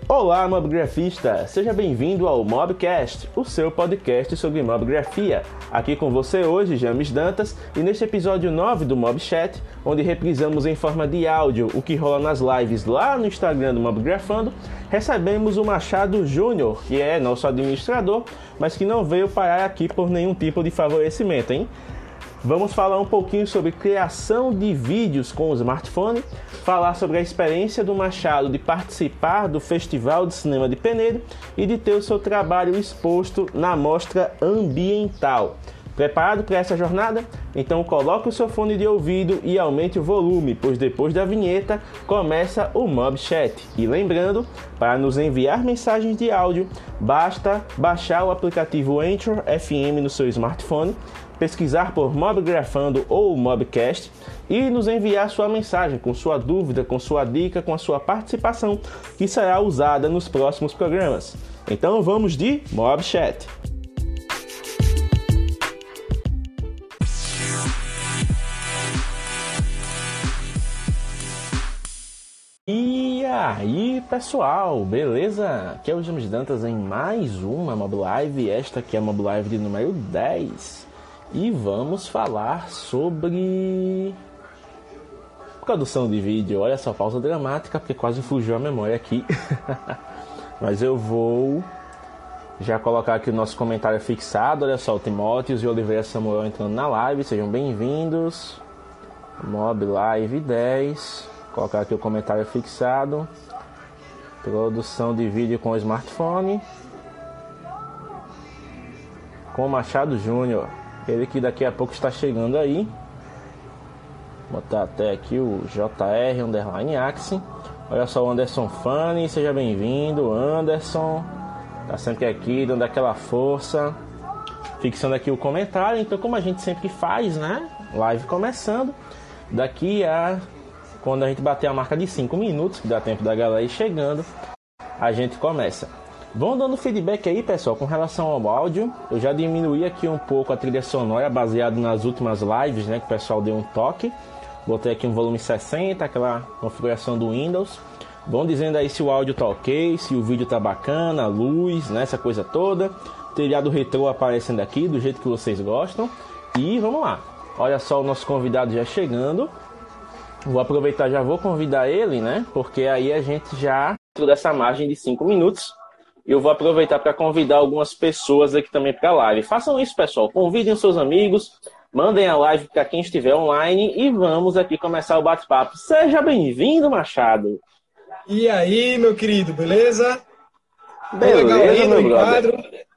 Olá, mobgrafista! Seja bem-vindo ao Mobcast, o seu podcast sobre mobgrafia. Aqui com você hoje, James Dantas, e neste episódio 9 do Mobchat, onde reprisamos em forma de áudio o que rola nas lives lá no Instagram do Mobgrafando, recebemos o Machado Júnior, que é nosso administrador, mas que não veio parar aqui por nenhum tipo de favorecimento, hein? Vamos falar um pouquinho sobre criação de vídeos com o smartphone, falar sobre a experiência do Machado de participar do Festival de Cinema de Penedo e de ter o seu trabalho exposto na mostra ambiental. Preparado para essa jornada? Então coloque o seu fone de ouvido e aumente o volume, pois depois da vinheta começa o Mobchat. E lembrando, para nos enviar mensagens de áudio, basta baixar o aplicativo Anchor FM no seu smartphone, pesquisar por Mobgrafando ou Mobcast e nos enviar sua mensagem com sua dúvida, com sua dica, com a sua participação, que será usada nos próximos programas. Então vamos de Mobchat! E aí, pessoal, beleza? Aqui é o James Dantas em mais uma Moblive, esta aqui é a Moblive de número 10. E vamos falar sobre produção de vídeo. Olha só, pausa dramática, porque quase fugiu a memória aqui. Mas eu vou já colocar aqui o nosso comentário fixado. Olha só, o Timóteos e o Oliveira Samuel entrando na live. Sejam bem-vindos. Moblive 10. Vou colocar aqui o comentário fixado. Produção de vídeo com o smartphone. Com o Machado Júnior. Ele que daqui a pouco está chegando aí. Vou botar até aqui o JR_Axi. Olha só o Anderson Fanny, seja bem-vindo, Anderson. Tá sempre aqui dando aquela força. Fixando aqui o comentário. Então, como a gente sempre faz, né? Live começando. Daqui a... quando a gente bater a marca de 5 minutos, que dá tempo da galera ir chegando, a gente começa. Vão dando feedback aí, pessoal, com relação ao áudio. Eu já diminuí aqui um pouco a trilha sonora, baseado nas últimas lives, né, que o pessoal deu um toque. Botei aqui um volume 60, aquela configuração do Windows. Vão dizendo aí se o áudio tá ok, se o vídeo tá bacana, a luz, né, essa coisa toda. Telhado retrô aparecendo aqui, do jeito que vocês gostam. E vamos lá. Olha só o nosso convidado já chegando. Vou aproveitar, já vou convidar ele, né, porque aí a gente já... dessa margem de 5 minutos. Eu vou aproveitar para convidar algumas pessoas aqui também para a live. Façam isso, pessoal. Convidem os seus amigos, mandem a live para quem estiver online e vamos aqui começar o bate-papo. Seja bem-vindo, Machado. E aí, meu querido, beleza? Beleza, aí, meu enquadro.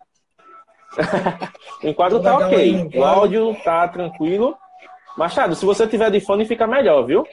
O enquadro tá ok. O áudio tá tranquilo. Machado, se você tiver de fone, fica melhor, viu?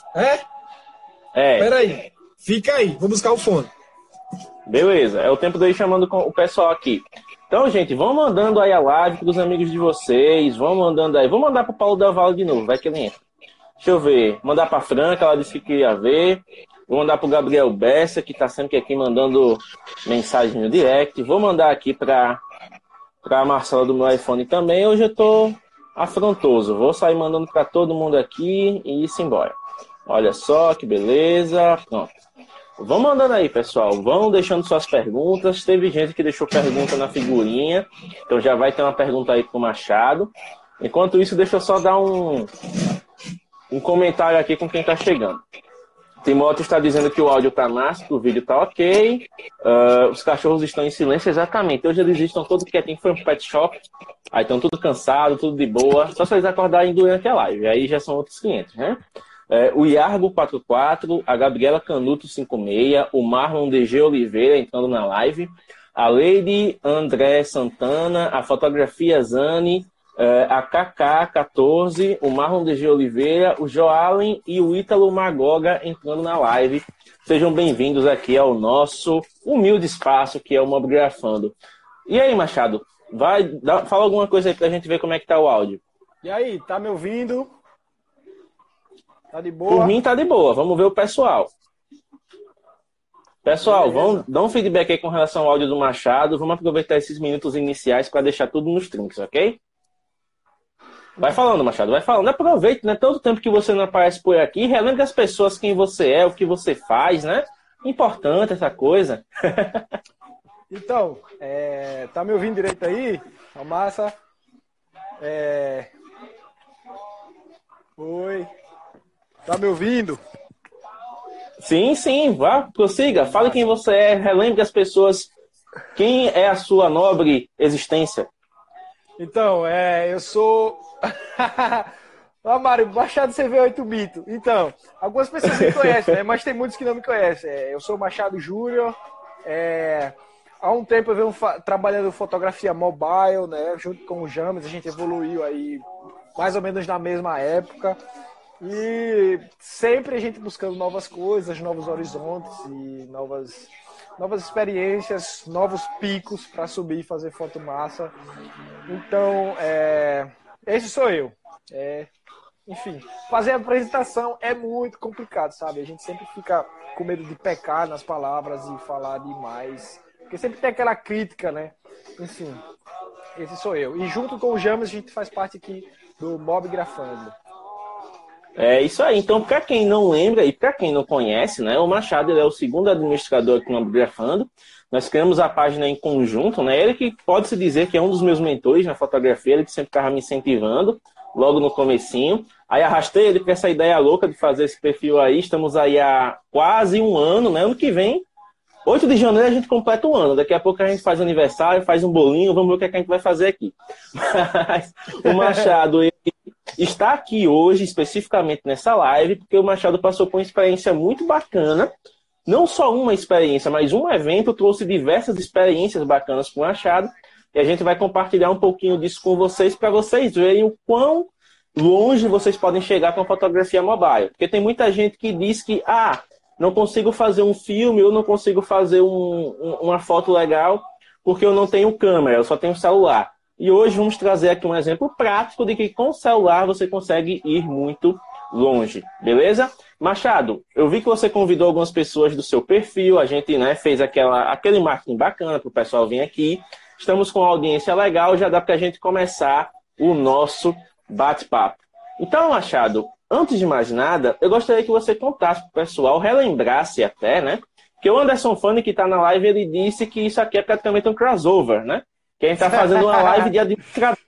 É? Pera aí. Fica aí. Vou buscar o fone. Beleza, é o tempo de eu ir chamando o pessoal aqui. Então, gente, vão mandando aí a live para os amigos de vocês, vão mandando aí. Vou mandar para o Paulo Del Valle de novo, vai que ele entra. Deixa eu ver, mandar para a Franca, ela disse que queria ver. Vou mandar para o Gabriel Bessa, que está sempre aqui mandando mensagem no direct. Vou mandar aqui para a Marcela do meu iPhone também. Hoje eu estou afrontoso, vou sair mandando para todo mundo aqui e ir-se embora. Olha só que beleza, pronto. Vão mandando aí, pessoal. Vão deixando suas perguntas. Teve gente que deixou pergunta na figurinha. Então já vai ter uma pergunta aí pro Machado. Enquanto isso, deixa eu só dar um comentário aqui com quem tá chegando. Timóteo está dizendo que o áudio tá massa, que o vídeo tá ok. Os cachorros estão em silêncio, exatamente. Hoje eles estão todos quietinhos, foi um pet shop. Aí estão tudo cansados, tudo de boa. Só se eles acordarem durante a live. Aí já são outros clientes, né? O Iargo 44, a Gabriela Canuto 56, o Marlon DG Oliveira entrando na live, a Lady André Santana, a Fotografia Zani, a KK 14, o Marlon DG Oliveira, o Joalen e o Ítalo Magoga entrando na live. Sejam bem-vindos aqui ao nosso humilde espaço que é o Mobgrafando. E aí, Machado, fala alguma coisa aí pra gente ver como é que tá o áudio. E aí, tá me ouvindo? Tá de boa? Por mim tá de boa, vamos ver o pessoal. Pessoal, vão dar um feedback aí com relação ao áudio do Machado. Vamos aproveitar esses minutos iniciais para deixar tudo nos trinks, ok? Vai falando, Machado, vai falando. Aproveite, né? Todo tempo que você não aparece por aqui, relembre as pessoas quem você é, o que você faz, né? Importante essa coisa. Então, tá me ouvindo direito aí? A massa? Oi. Tá me ouvindo? Sim, sim, vá, prossiga. Fale quem você é, relembre as pessoas quem é a sua nobre existência. Então, eu sou... Mário, Machado CV8 Mito. Então, algumas pessoas me conhecem, né? Mas tem muitos que não me conhecem. Eu sou Machado Júnior. Há um tempo eu venho trabalhando fotografia mobile, né? Junto com o James, a gente evoluiu aí mais ou menos na mesma época. E sempre a gente buscando novas coisas, novos horizontes e novas experiências, novos picos para subir e fazer foto massa. Então, esse sou eu. Enfim, fazer a apresentação é muito complicado, sabe? A gente sempre fica com medo de pecar nas palavras e falar demais. Porque sempre tem aquela crítica, né? Enfim, esse sou eu. E junto com o James, a gente faz parte aqui do Mob Grafando. É isso aí. Então, para quem não lembra e para quem não conhece, né, o Machado ele é o segundo administrador aqui no Grafando. Nós criamos a página em conjunto, né? Ele que pode-se dizer que é um dos meus mentores na fotografia, ele que sempre estava me incentivando, logo no comecinho. Aí arrastei ele para essa ideia louca de fazer esse perfil aí. Estamos aí há quase um ano, né? Ano que vem, 8 de janeiro, a gente completa um ano. Daqui a pouco a gente faz aniversário, faz um bolinho, vamos ver o que a gente vai fazer aqui. Mas o Machado, ele está aqui hoje, especificamente nessa live, porque o Machado passou por uma experiência muito bacana. Não só uma experiência, mas um evento trouxe diversas experiências bacanas com o Machado. E a gente vai compartilhar um pouquinho disso com vocês, para vocês verem o quão longe vocês podem chegar com a fotografia mobile. Porque tem muita gente que diz que, não consigo fazer um filme, eu não consigo fazer uma foto legal, porque eu não tenho câmera, eu só tenho celular. E hoje vamos trazer aqui um exemplo prático de que com o celular você consegue ir muito longe, beleza? Machado, eu vi que você convidou algumas pessoas do seu perfil, a gente, né, fez aquele marketing bacana para o pessoal vir aqui. Estamos com uma audiência legal, já dá para a gente começar o nosso bate-papo. Então, Machado, antes de mais nada, eu gostaria que você contasse para o pessoal, relembrasse até, né? Que o Anderson Fani, que está na live, ele disse que isso aqui é praticamente um crossover, né? Que a gente está fazendo uma live de administradores.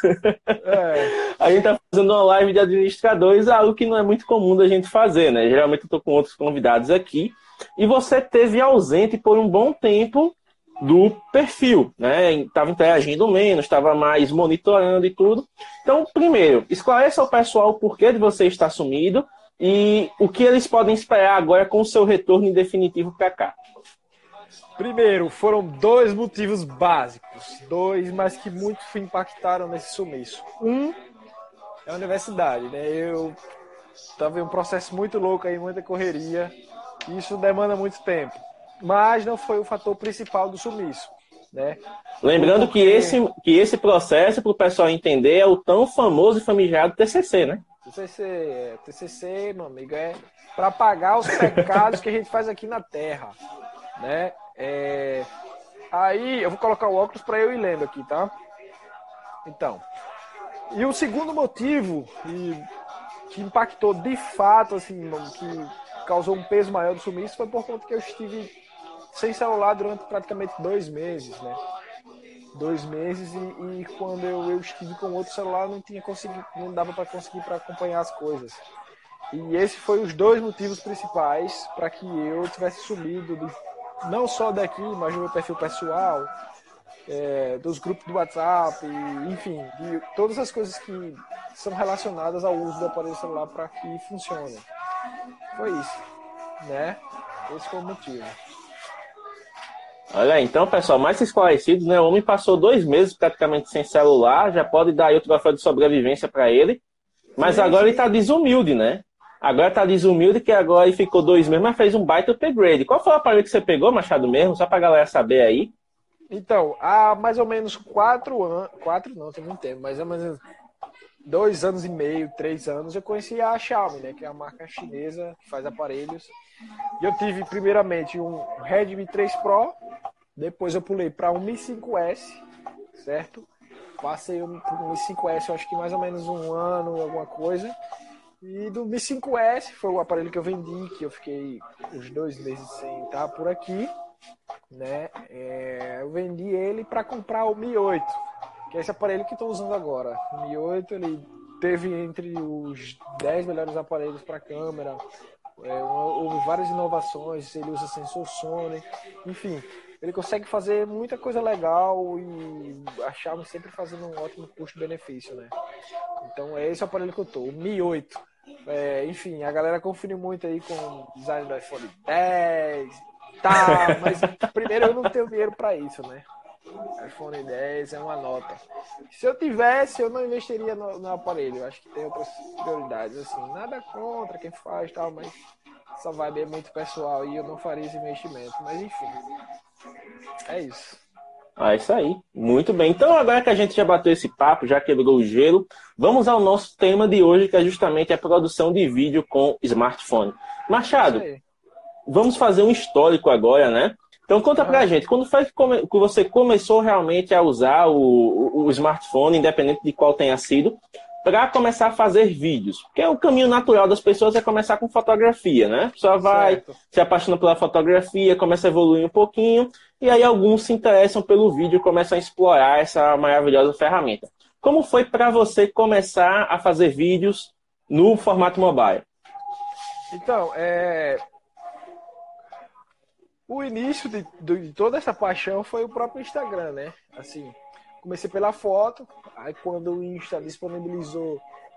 A gente está fazendo uma live de administradores, algo que não é muito comum da gente fazer, né? Geralmente eu estou com outros convidados aqui. E você esteve ausente por um bom tempo do perfil, né? Estava interagindo menos, estava mais monitorando e tudo. Então, primeiro, esclareça ao pessoal o porquê de você estar sumido e o que eles podem esperar agora com o seu retorno em definitivo para cá. Primeiro, foram dois motivos básicos, mas que muito impactaram nesse sumiço. Um é a universidade, né? Eu estava em um processo muito louco aí, muita correria, e isso demanda muito tempo. Mas não foi o fator principal do sumiço, né? Lembrando que esse processo, para o pessoal entender, é o tão famoso e famigerado TCC, né? TCC, meu amigo, é para pagar os pecados que a gente faz aqui na Terra, né? Aí eu vou colocar o óculos para eu ir lendo aqui, tá? Então, e o segundo motivo que impactou de fato, assim, que causou um peso maior do sumiço foi por conta que eu estive sem celular durante praticamente 2 meses, né? 2 meses e quando eu estive com outro celular não dava para conseguir para acompanhar as coisas. E esse foi os dois motivos principais para que eu tivesse sumido não só daqui, mas do meu perfil pessoal, dos grupos do WhatsApp, enfim, de todas as coisas que são relacionadas ao uso do aparelho celular para que funcione. Foi isso, né? Esse foi o motivo. Olha aí, então, pessoal, mais esclarecidos, né? O homem passou 2 meses praticamente sem celular, já pode dar aí o troféu de sobrevivência para ele, mas agora ele está desumilde, né? Agora tá desumilde, que agora ele ficou 2 meses, mas fez um baita upgrade. Qual foi o aparelho que você pegou, Machado, mesmo? Só pra galera saber aí. Então, há mais ou menos 4 anos... 4 não, tem muito tempo, mas é mais ou menos 2 anos e meio, 3 anos, eu conheci a Xiaomi, né? Que é a marca chinesa que faz aparelhos. E eu tive, primeiramente, um Redmi 3 Pro. Depois eu pulei para um Mi 5S, certo? Passei por um Mi 5S, eu acho que mais ou menos um ano, alguma coisa. E do Mi 5S foi o aparelho que eu vendi, que eu fiquei uns 2 meses sem estar por aqui, né? Eu vendi ele para comprar o Mi 8, que é esse aparelho que estou usando agora. O Mi 8 ele teve entre os 10 melhores aparelhos para câmera. Houve várias inovações, ele usa sensor Sony, enfim, ele consegue fazer muita coisa legal e achava sempre fazendo um ótimo custo-benefício, né? Então é esse o aparelho que eu tô, o Mi 8. Enfim, a galera confunde muito aí com o design do iPhone 10, tá, mas primeiro eu não tenho dinheiro para isso, né? iPhone 10 é uma nota. Se eu tivesse, eu não investiria no aparelho. Eu acho que tem outras prioridades, assim. Nada contra quem faz e tal, mas essa vibe é muito pessoal e eu não faria esse investimento. Mas enfim, é isso. Ah, isso aí. Muito bem. Então, agora que a gente já bateu esse papo, já quebrou o gelo, vamos ao nosso tema de hoje, que é justamente a produção de vídeo com smartphone. Machado, vamos fazer um histórico agora, né? Então, conta pra gente, quando foi que você começou realmente a usar o smartphone, independente de qual tenha sido, para começar a fazer vídeos? Porque o caminho natural das pessoas é começar com fotografia, né? A pessoa vai, se apaixona pela fotografia, começa a evoluir um pouquinho, e aí alguns se interessam pelo vídeo e começam a explorar essa maravilhosa ferramenta. Como foi para você começar a fazer vídeos no formato mobile? Então, o início de toda essa paixão foi o próprio Instagram, né? Assim, comecei pela foto, aí quando o Insta disponibilizou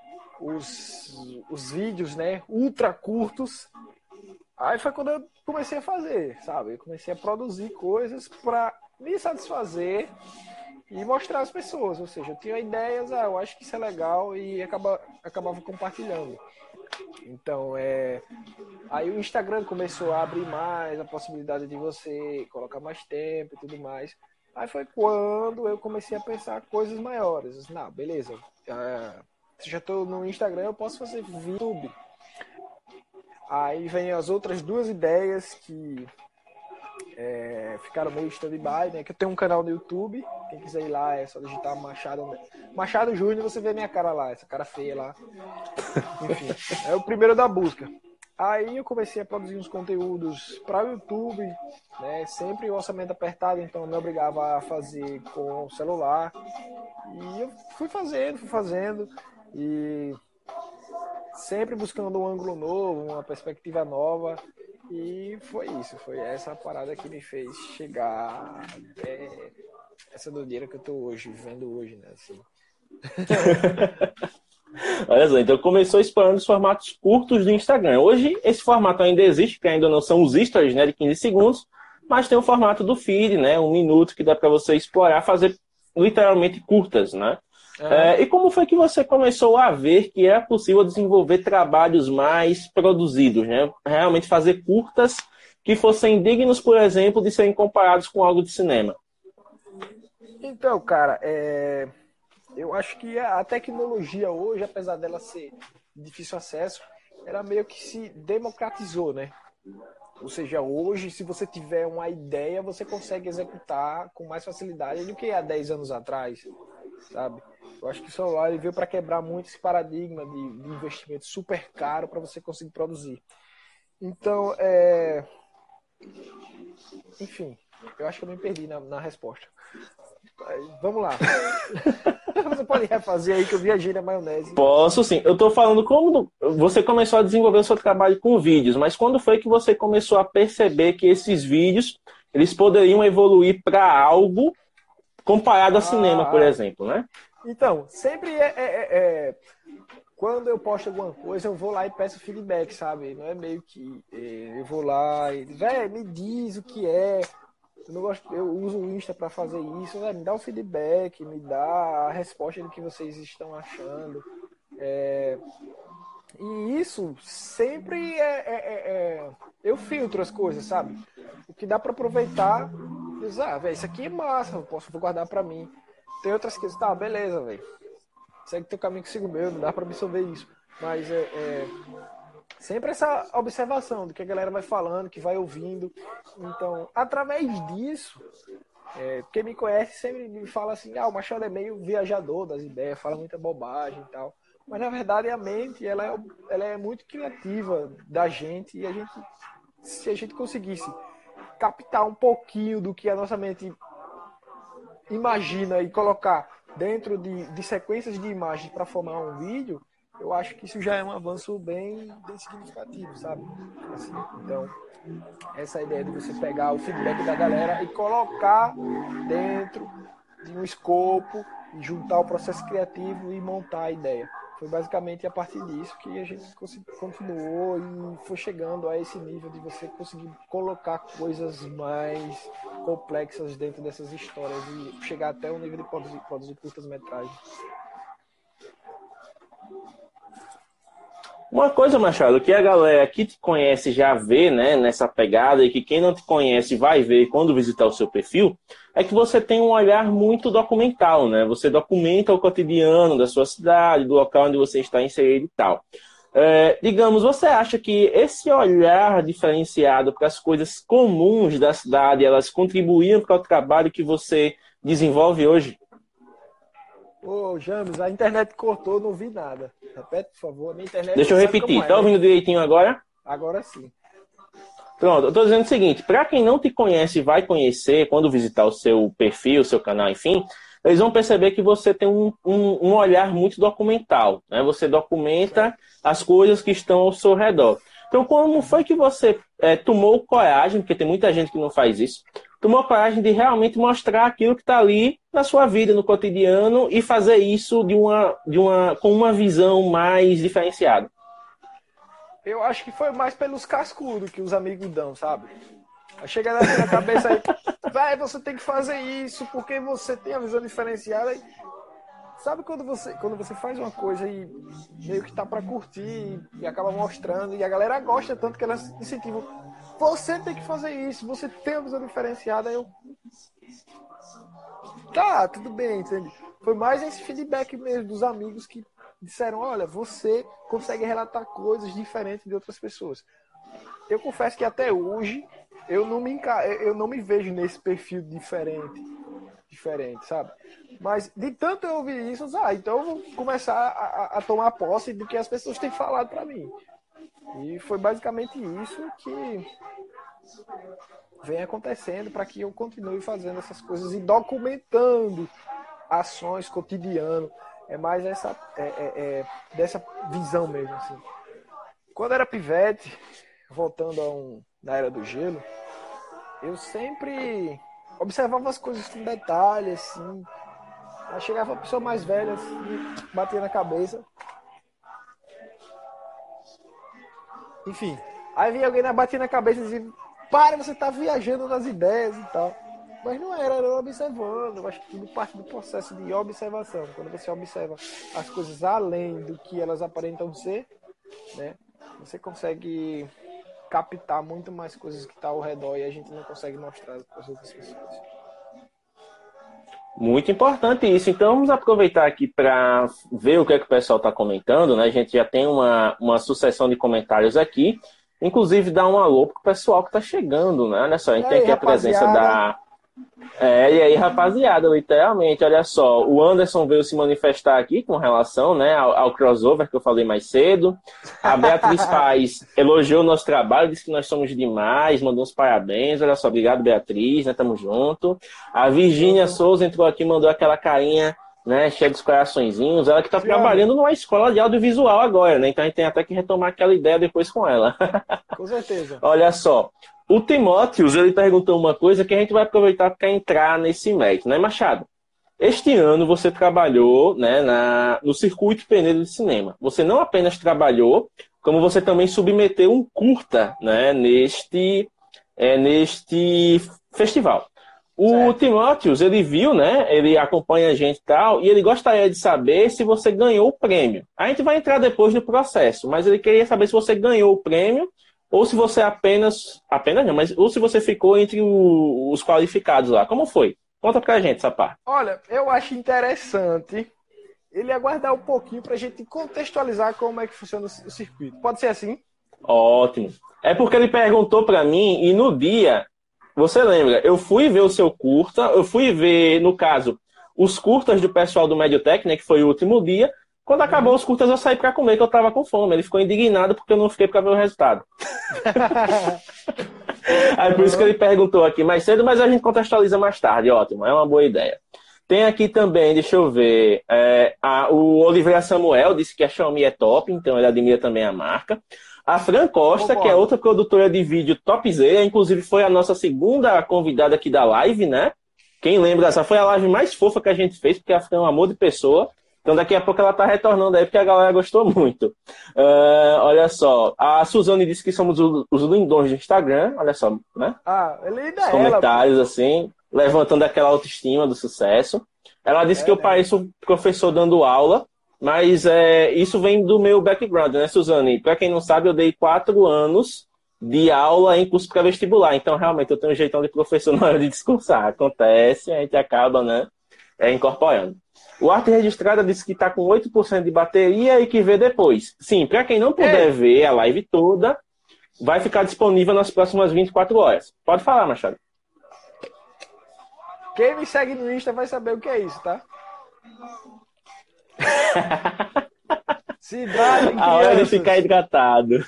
os vídeos, né, ultra curtos, aí foi quando eu comecei a fazer, sabe? Eu comecei a produzir coisas para me satisfazer e mostrar às pessoas, ou seja, eu tinha ideias, eu acho que isso é legal e acabava compartilhando. Então, aí o Instagram começou a abrir mais a possibilidade de você colocar mais tempo e tudo mais. Aí foi quando eu comecei a pensar coisas maiores. Não, beleza. Se já estou no Instagram, eu posso fazer YouTube. Aí vem as outras duas ideias que ficaram meio stand-by, né? Que eu tenho um canal no YouTube. Quem quiser ir lá, é só digitar Machado Júnior, você vê minha cara lá, essa cara feia lá. Enfim, é o primeiro da busca. Aí eu comecei a produzir uns conteúdos para o YouTube, né? Sempre o orçamento apertado, então eu me obrigava a fazer com o celular. E eu fui fazendo, e sempre buscando um ângulo novo, uma perspectiva nova. E foi isso, foi essa parada que me fez chegar até essa doideira que eu tô hoje, vivendo hoje, né? Assim. Olha só, então começou explorando os formatos curtos do Instagram. Hoje esse formato ainda existe, que ainda não são os stories, né, de 15 segundos, mas tem o formato do feed, né, 1 minuto, que dá para você explorar, fazer literalmente curtas, né? E como foi que você começou a ver que é possível desenvolver trabalhos mais produzidos, né? Realmente fazer curtas que fossem dignos, por exemplo, de serem comparados com algo de cinema? Então, cara, eu acho que a tecnologia hoje, apesar dela ser de difícil acesso, ela meio que se democratizou, né? Ou seja, hoje, se você tiver uma ideia, você consegue executar com mais facilidade do que há 10 anos atrás, sabe? Eu acho que o celular ele veio para quebrar muito esse paradigma de investimento super caro para você conseguir produzir. Então, enfim, eu acho que eu me perdi na resposta. Vamos lá. Você pode refazer aí que eu viajei na maionese. Posso sim. Eu estou falando como você começou a desenvolver o seu trabalho com vídeos, mas quando foi que você começou a perceber que esses vídeos eles poderiam evoluir para algo comparado a cinema, por exemplo, né? Então, sempre quando eu posto alguma coisa, eu vou lá e peço feedback, sabe? Não é meio que eu vou lá e, me diz o que é. Eu não gosto, eu uso o Insta para fazer isso, me dá um feedback, me dá a resposta do que vocês estão achando. E isso sempre eu filtro as coisas, sabe? O que dá para aproveitar, diz, velho, isso aqui é massa, vou guardar para mim. Tem outras coisas, tá, beleza, velho. Segue teu caminho que sigo o meu, não dá para absorver isso. Mas sempre essa observação do que a galera vai falando, que vai ouvindo. Então, através disso, quem me conhece sempre me fala assim, o Machado é meio viajador das ideias, fala muita bobagem e tal. Mas, na verdade, a mente, ela é muito criativa da gente, e se a gente conseguisse captar um pouquinho do que a nossa mente imagina e colocar dentro de sequências de imagens para formar um vídeo, eu acho que isso já é um avanço bem significativo, sabe? Assim, então, essa ideia de você pegar o feedback da galera e colocar dentro de um escopo, e juntar o processo criativo e montar a ideia. Foi basicamente a partir disso que a gente continuou e foi chegando a esse nível de você conseguir colocar coisas mais complexas dentro dessas histórias e chegar até o nível de produzir curtas-metragens. Uma coisa, Machado, que a galera que te conhece já vê, né, nessa pegada, e que quem não te conhece vai ver quando visitar o seu perfil, é que você tem um olhar muito documental, né? Você documenta o cotidiano da sua cidade, do local onde você está inserido e tal. Digamos, você acha que esse olhar diferenciado para as coisas comuns da cidade, elas contribuíam para o trabalho que você desenvolve hoje? Ô, James, a internet cortou, não vi nada. Repete, por favor. A minha internet Deixa eu sabe como repetir. é, Tá né? ouvindo direitinho agora? Agora sim. Pronto, eu tô dizendo o seguinte, para quem não te conhece e vai conhecer, quando visitar o seu perfil, o seu canal, enfim, eles vão perceber que você tem um olhar muito documental, né? Você documenta as coisas que estão ao seu redor. Então, como foi que você tomou coragem, porque tem muita gente que não faz isso, tomou coragem de realmente mostrar aquilo que está ali na sua vida, no cotidiano, e fazer isso com uma visão mais diferenciada? Eu acho que foi mais pelos cascudos que os amigos dão, sabe? Chega na cabeça aí, vai, você tem que fazer isso porque você tem a visão diferenciada. Sabe quando você faz uma coisa e meio que tá pra curtir e acaba mostrando e a galera gosta tanto que elas incentivam, você tem que fazer isso, você tem a visão diferenciada. Eu, tá, tudo bem, entende? Foi mais esse feedback mesmo dos amigos que disseram, olha, você consegue relatar coisas diferentes de outras pessoas. Eu confesso que até hoje eu não me vejo nesse perfil diferente, sabe? Mas de tanto eu ouvir isso, então eu vou começar a tomar posse do que as pessoas têm falado pra mim. E foi basicamente isso que vem acontecendo para que eu continue fazendo essas coisas e documentando ações cotidianas. É mais dessa visão mesmo, assim. Quando era pivete, voltando na Era do Gelo, eu sempre observava as coisas com detalhe, assim. Aí chegava uma pessoa mais velha, assim, batia na cabeça. Enfim, aí vinha alguém batia na cabeça e dizia, para, você tá viajando nas ideias e tal. Mas não era eu observando. Eu acho que tudo parte do processo de observação. Quando você observa as coisas além do que elas aparentam ser, né, você consegue captar muito mais coisas que estão ao redor e a gente não consegue mostrar para as outras pessoas. Muito importante isso. Então vamos aproveitar aqui para ver o que é que o pessoal está comentando, né? A gente já tem uma sucessão de comentários aqui. Inclusive, dá um alô pro pessoal que está chegando, né? Olha só, a gente tem aqui a presença da... e aí, rapaziada, literalmente, olha só, o Anderson veio se manifestar aqui com relação, né, ao crossover que eu falei mais cedo. A Beatriz Paz elogiou o nosso trabalho, disse que nós somos demais, mandou uns parabéns, olha só, obrigado, Beatriz, né, tamo junto. A Virgínia Souza entrou aqui, mandou aquela carinha, né, cheia dos coraçõezinhos, ela que tá trabalhando numa escola de audiovisual agora, né, então a gente tem até que retomar aquela ideia depois com ela. Com certeza. Olha só. O Timóteos, ele perguntou uma coisa que a gente vai aproveitar para entrar nesse mérito, né, Machado? Este ano você trabalhou, né, no Circuito Penedo de Cinema. Você não apenas trabalhou, como você também submeteu um curta, né, neste festival. O Timóteos, ele viu, né, ele acompanha a gente e tal, e ele gostaria de saber se você ganhou o prêmio. A gente vai entrar depois no processo, mas ele queria saber se você ganhou o prêmio ou se você ou se você ficou entre os qualificados lá. Como foi? Conta pra gente essa parte. Olha, eu acho interessante ele aguardar um pouquinho pra gente contextualizar como é que funciona o circuito. Pode ser assim? Ótimo. É porque ele perguntou pra mim e no dia, você lembra, eu fui ver o seu curta, eu fui ver, no caso, os curtas do pessoal do Mediotech, né, que foi o último dia, Quando acabou os curtas, eu saí pra comer, que eu tava com fome. Ele ficou indignado porque eu não fiquei pra ver o resultado. Aí por isso que ele perguntou aqui mais cedo, mas a gente contextualiza mais tarde. Ótimo, é uma boa ideia. Tem aqui também, deixa eu ver, o Oliveira Samuel disse que a Xiaomi é top, então ele admira também a marca. A Fran Costa, que é outra produtora de vídeo topzera, inclusive foi a nossa segunda convidada aqui da live, né? Quem lembra, essa foi a live mais fofa que a gente fez, porque a Fran é um amor de pessoa. Então daqui a pouco ela tá retornando aí, porque a galera gostou muito. Olha só, a Suzane disse que somos os lindões do Instagram, olha só, né? Linda os comentários, assim, levantando aquela autoestima do sucesso. Ela disse que eu pareço um professor dando aula, mas isso vem do meu background, né, Suzane? Para quem não sabe, eu dei 4 anos de aula em curso pré-vestibular, então realmente eu tenho um jeitão de professor na hora de discursar. Acontece, a gente acaba, né, incorporando. O Arte Registrada disse que está com 8% de bateria e que vê depois. Sim, para quem não puder ver a live toda, vai ficar disponível nas próximas 24 horas. Pode falar, Machado. Quem me segue no Insta vai saber o que é isso, tá? Se hidratem, a hora de ficar hidratado.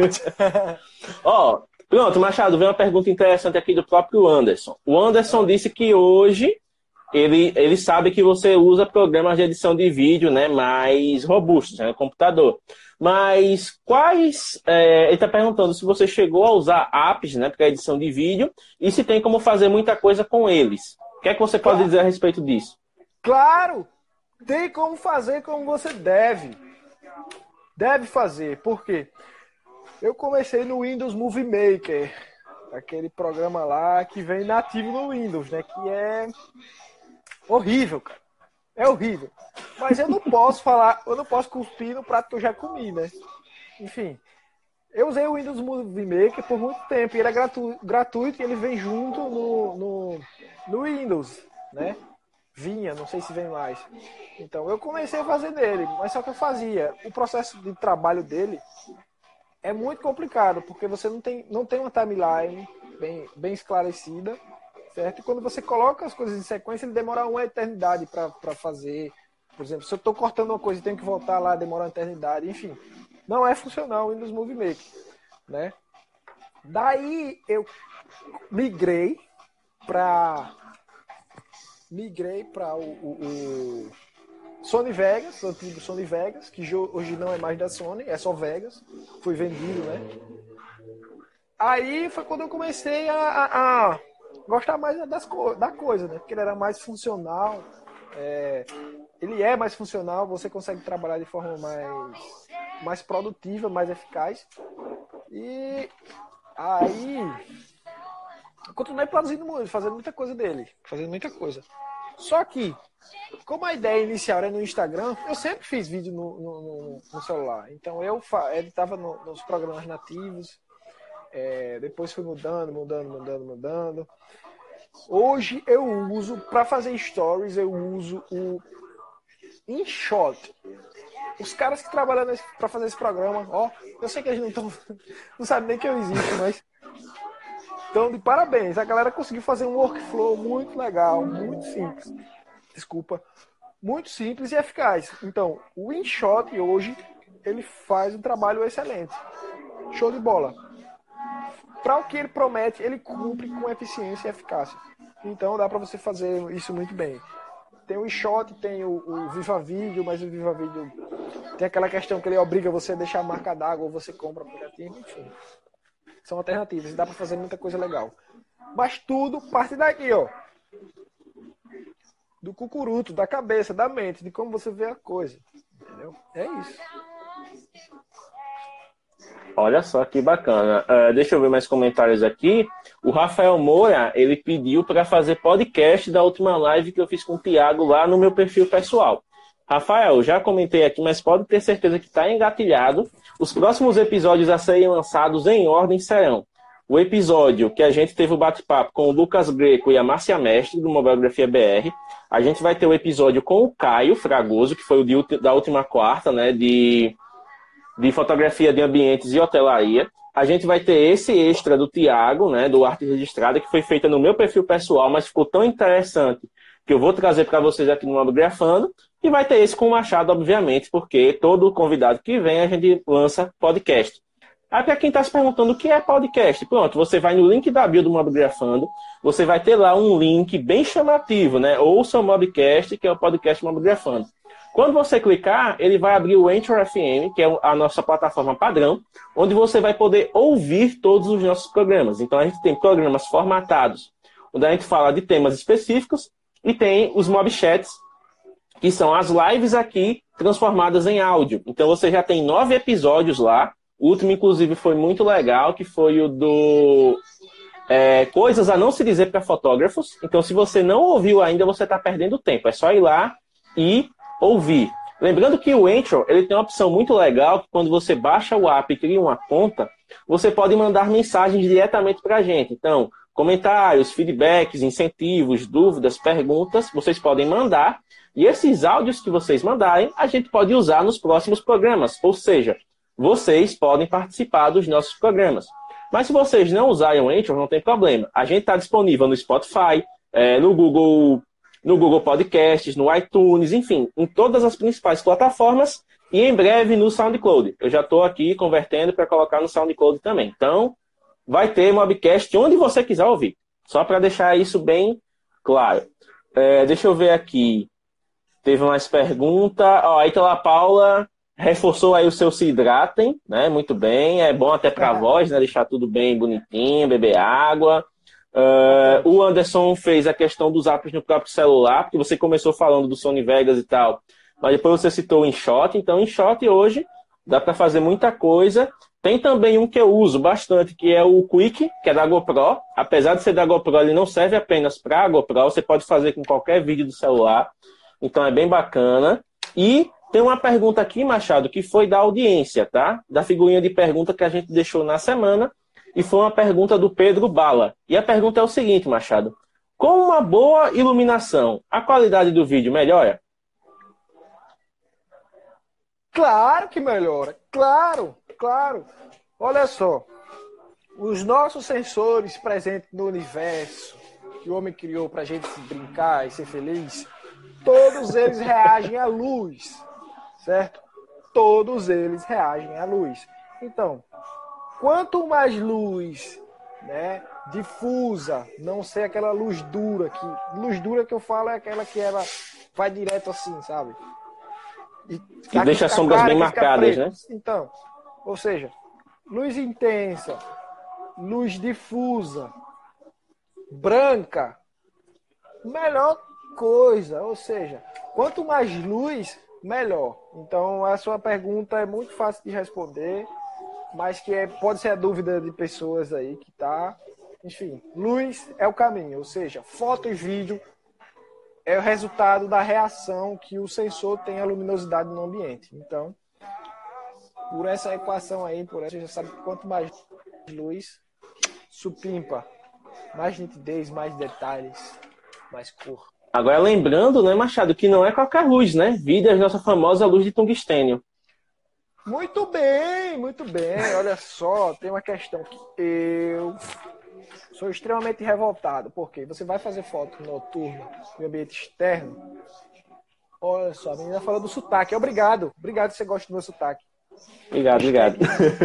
Ó, pronto, Machado, veio uma pergunta interessante aqui do próprio Anderson. O Anderson disse que hoje ele sabe que você usa programas de edição de vídeo, né, mais robustos, né, no computador. Mas quais... ele está perguntando se você chegou a usar apps, né, para edição de vídeo e se tem como fazer muita coisa com eles. O que é que você pode dizer a respeito disso? Claro! Tem como fazer como você deve. Deve fazer. Por quê? Eu comecei no Windows Movie Maker, aquele programa lá que vem nativo no Windows, né, que é horrível, cara. É horrível. Mas eu não posso cuspir no prato que eu já comi, né? Enfim, eu usei o Windows Movie Maker por muito tempo. E ele é gratuito e ele vem junto no Windows, né? Vinha, não sei se vem mais. Então, eu comecei a fazer nele. Mas só que eu fazia. O processo de trabalho dele é muito complicado, porque você não tem uma timeline bem esclarecida. Certo? E quando você coloca as coisas em sequência, ele demora uma eternidade para fazer. Por exemplo, se eu estou cortando uma coisa e tenho que voltar lá, demora uma eternidade. Enfim, não é funcional o Windows Movie Maker. Né? Daí eu migrei para o Sony Vegas, o antigo Sony Vegas, que hoje não é mais da Sony, é só Vegas. Foi vendido, né? Aí foi quando eu comecei a gostar mais da coisa, né? Porque ele era mais funcional. Ele é mais funcional, você consegue trabalhar de forma mais produtiva, mais eficaz. E aí eu continuei produzindo muito, fazendo muita coisa dele. Fazendo muita coisa. Só que, como a ideia inicial era no Instagram, eu sempre fiz vídeo no celular. Então eu editava nos programas nativos. Depois fui mudando. Hoje eu uso, para fazer stories, eu uso o InShot. Os caras que trabalham para fazer esse programa, eu sei que eles não sabem nem que eu existo, mas então, de parabéns. A galera conseguiu fazer um workflow muito legal, muito simples. Muito simples e eficaz. Então, o InShot hoje, ele faz um trabalho excelente. Show de bola. Para o que ele promete, ele cumpre com eficiência e eficácia. Então dá para você fazer isso muito bem. Tem o InShot, tem o Viva Video, mas o Viva Video tem aquela questão que ele obriga você a deixar a marca d'água ou você compra aplicativo, enfim. São alternativas e dá para fazer muita coisa legal. Mas tudo parte daqui, ó. Do cucuruto, da cabeça, da mente, de como você vê a coisa. Entendeu? É isso. Olha só que bacana. Deixa eu ver mais comentários aqui. O Rafael Moura, ele pediu para fazer podcast da última live que eu fiz com o Thiago lá no meu perfil pessoal. Rafael, já comentei aqui, mas pode ter certeza que está engatilhado. Os próximos episódios a serem lançados em ordem serão o episódio que a gente teve o bate-papo com o Lucas Greco e a Márcia Mestre, do Mobiografia BR. A gente vai ter o episódio com o Caio Fragoso, que foi o da última quarta, né, de fotografia de ambientes e hotelaria. A gente vai ter esse extra do Thiago, né, do Arte Registrada, que foi feita no meu perfil pessoal, mas ficou tão interessante que eu vou trazer para vocês aqui no Mobografando. E vai ter esse com o Machado, obviamente, porque todo convidado que vem a gente lança podcast. Aí para quem está se perguntando o que é podcast, pronto, você vai no link da bio do Mobgrafando, você vai ter lá um link bem chamativo, né? Ouça o Mobcast, que é o podcast Mobgrafando. Quando você clicar, ele vai abrir o Anchor FM, que é a nossa plataforma padrão, onde você vai poder ouvir todos os nossos programas. Então a gente tem programas formatados, onde a gente fala de temas específicos, e tem os Mobchats, que são as lives aqui transformadas em áudio. Então você já tem 9 episódios lá. O último, inclusive, foi muito legal, que foi o do Coisas a Não Se Dizer para Fotógrafos. Então, se você não ouviu ainda, você está perdendo tempo. É só ir lá e ouvir. Lembrando que o Anchor, ele tem uma opção muito legal, que quando você baixa o app e cria uma conta, você pode mandar mensagens diretamente para a gente. Então, comentários, feedbacks, incentivos, dúvidas, perguntas, vocês podem mandar. E esses áudios que vocês mandarem, a gente pode usar nos próximos programas. Ou seja, vocês podem participar dos nossos programas. Mas se vocês não usarem o Anchor, não tem problema. A gente está disponível no Spotify, no Google Podcasts, no iTunes, enfim, em todas as principais plataformas e em breve no SoundCloud. Eu já estou aqui convertendo para colocar no SoundCloud também. Então, vai ter Mobcast onde você quiser ouvir. Só para deixar isso bem claro. Deixa eu ver aqui. Teve mais pergunta. A Itala Paula reforçou aí o seu se hidratem, né? Muito bem. É bom até para a voz, né? Deixar tudo bem bonitinho, beber água. O Anderson fez a questão dos apps no próprio celular, porque você começou falando do Sony Vegas e tal, mas depois você citou o InShot. Então, InShot hoje dá para fazer muita coisa. Tem também um que eu uso bastante, que é o Quick, que é da GoPro. Apesar de ser da GoPro, ele não serve apenas para a GoPro, você pode fazer com qualquer vídeo do celular. Então é bem bacana. E tem uma pergunta aqui, Machado, que foi da audiência, tá? Da figurinha de pergunta que a gente deixou na semana. E foi uma pergunta do Pedro Bala. E a pergunta é o seguinte, Machado. Com uma boa iluminação, a qualidade do vídeo melhora? Claro que melhora. Claro, claro. Olha só. Os nossos sensores presentes no universo que o homem criou para a gente brincar e ser feliz, todos eles reagem à luz, certo? Todos eles reagem à luz. Então, quanto mais luz, né, difusa, não ser aquela luz dura que eu falo é aquela que ela vai direto assim, sabe? E que deixa as sombras bem marcadas, né? Então, ou seja, luz intensa, luz difusa, branca, melhor coisa. Ou seja, quanto mais luz, melhor. Então, a sua pergunta é muito fácil de responder, mas que pode ser a dúvida de pessoas aí que tá. Enfim, luz é o caminho. Ou seja, foto e vídeo é o resultado da reação que o sensor tem à luminosidade no ambiente. Então, por essa equação aí, por essa, você já sabe que quanto mais luz, supimpa, mais nitidez, mais detalhes, mais cor. Agora, lembrando, né, Machado, que não é qualquer luz, né? Vida é a nossa famosa luz de tungstênio. Muito bem, muito bem. Olha só, tem uma questão que eu sou extremamente revoltado, porque você vai fazer foto noturna em ambiente externo. Olha só, a menina falou do sotaque. Obrigado que você gosta do meu sotaque. Obrigado.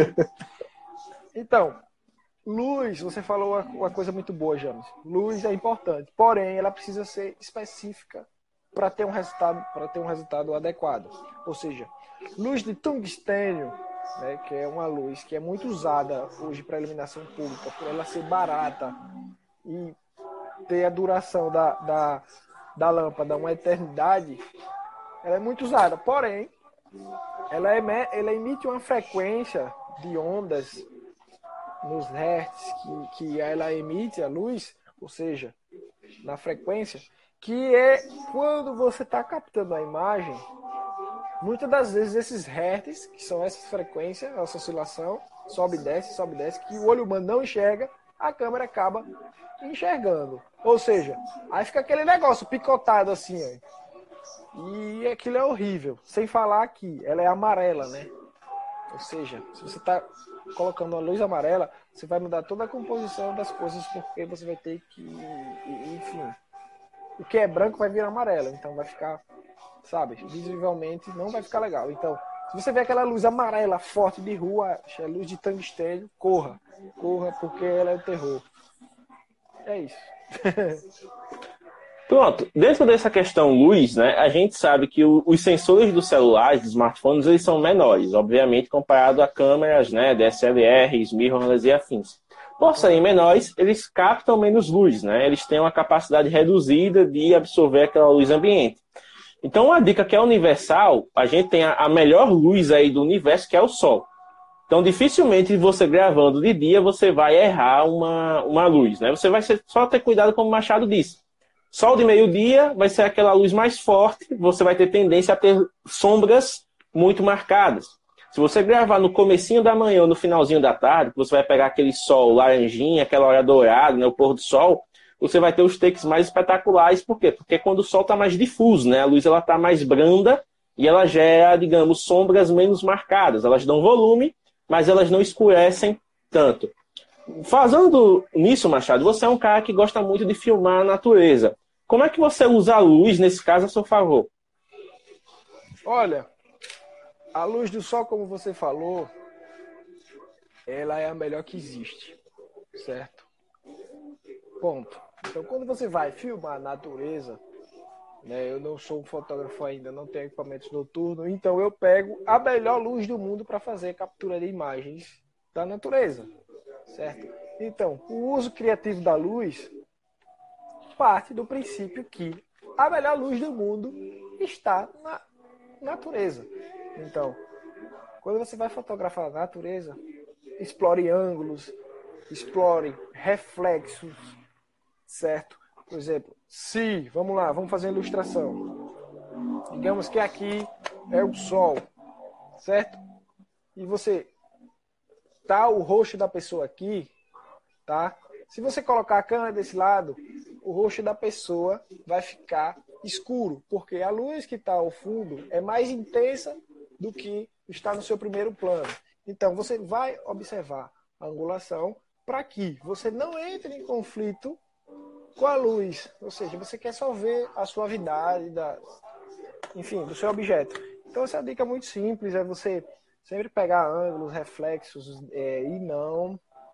Então, luz, você falou uma coisa muito boa, James. Luz é importante, porém, ela precisa ser específica para ter um resultado adequado. Ou seja, luz de tungstênio, né, que é uma luz que é muito usada hoje para iluminação pública, por ela ser barata e ter a duração da lâmpada uma eternidade, ela é muito usada. Porém, ela emite uma frequência de ondas nos hertz que ela emite a luz, ou seja, na frequência, que é quando você está captando a imagem, muitas das vezes esses hertz, que são essas frequências, essa oscilação, sobe e desce, que o olho humano não enxerga, a câmera acaba enxergando. Ou seja, aí fica aquele negócio picotado assim, ó. E aquilo é horrível. Sem falar que ela é amarela, né? Ou seja, se você está colocando uma luz amarela, você vai mudar toda a composição das coisas, porque você vai ter que... Enfim, o que é branco vai virar amarelo, então vai ficar sabe? Visivelmente não vai ficar legal. Então, se você vê aquela luz amarela forte de rua, é luz de tungstênio, corra. Corra, porque ela é o terror. É isso. Pronto, dentro dessa questão luz, né, a gente sabe que os sensores dos celulares, dos smartphones, eles são menores, obviamente, comparado a câmeras, né, DSLRs, mirrorless e afins. Por serem menores, eles captam menos luz, né, eles têm uma capacidade reduzida de absorver aquela luz ambiente. Então, uma dica que é universal, a gente tem a melhor luz aí do universo, que é o Sol. Então, dificilmente você gravando de dia, você vai errar uma luz, né? Você vai só ter cuidado, como o Machado disse. Sol de meio-dia vai ser aquela luz mais forte, você vai ter tendência a ter sombras muito marcadas. Se você gravar no comecinho da manhã ou no finalzinho da tarde, que você vai pegar aquele sol laranjinha, aquela hora dourada, né, o pôr do sol, você vai ter os takes mais espetaculares. Por quê? Porque quando o sol está mais difuso, né, a luz está mais branda e ela gera, digamos, sombras menos marcadas. Elas dão volume, mas elas não escurecem tanto. Fazendo nisso, Machado, você é um cara que gosta muito de filmar a natureza. Como é que você usa a luz, nesse caso, a seu favor? Olha, a luz do sol, como você falou, ela é a melhor que existe, certo? Ponto. Então, quando você vai filmar a natureza, né, eu não sou um fotógrafo ainda, não tenho equipamentos noturnos, então eu pego a melhor luz do mundo para fazer captura de imagens da natureza, certo? Então, o uso criativo da luz parte do princípio que a melhor luz do mundo está na natureza. Então, quando você vai fotografar a natureza, explore ângulos, explore reflexos, certo? Por exemplo, se, vamos lá, vamos fazer uma ilustração. Digamos que aqui é o sol, certo? E você tá o rosto da pessoa aqui, tá? Se você colocar a câmera desse lado, o rosto da pessoa vai ficar escuro, porque a luz que está ao fundo é mais intensa do que está no seu primeiro plano. Então, você vai observar a angulação para que você não entre em conflito com a luz. Ou seja, você quer só ver a suavidade enfim, do seu objeto. Então, essa dica é muito simples, é você sempre pegar ângulos, reflexos e não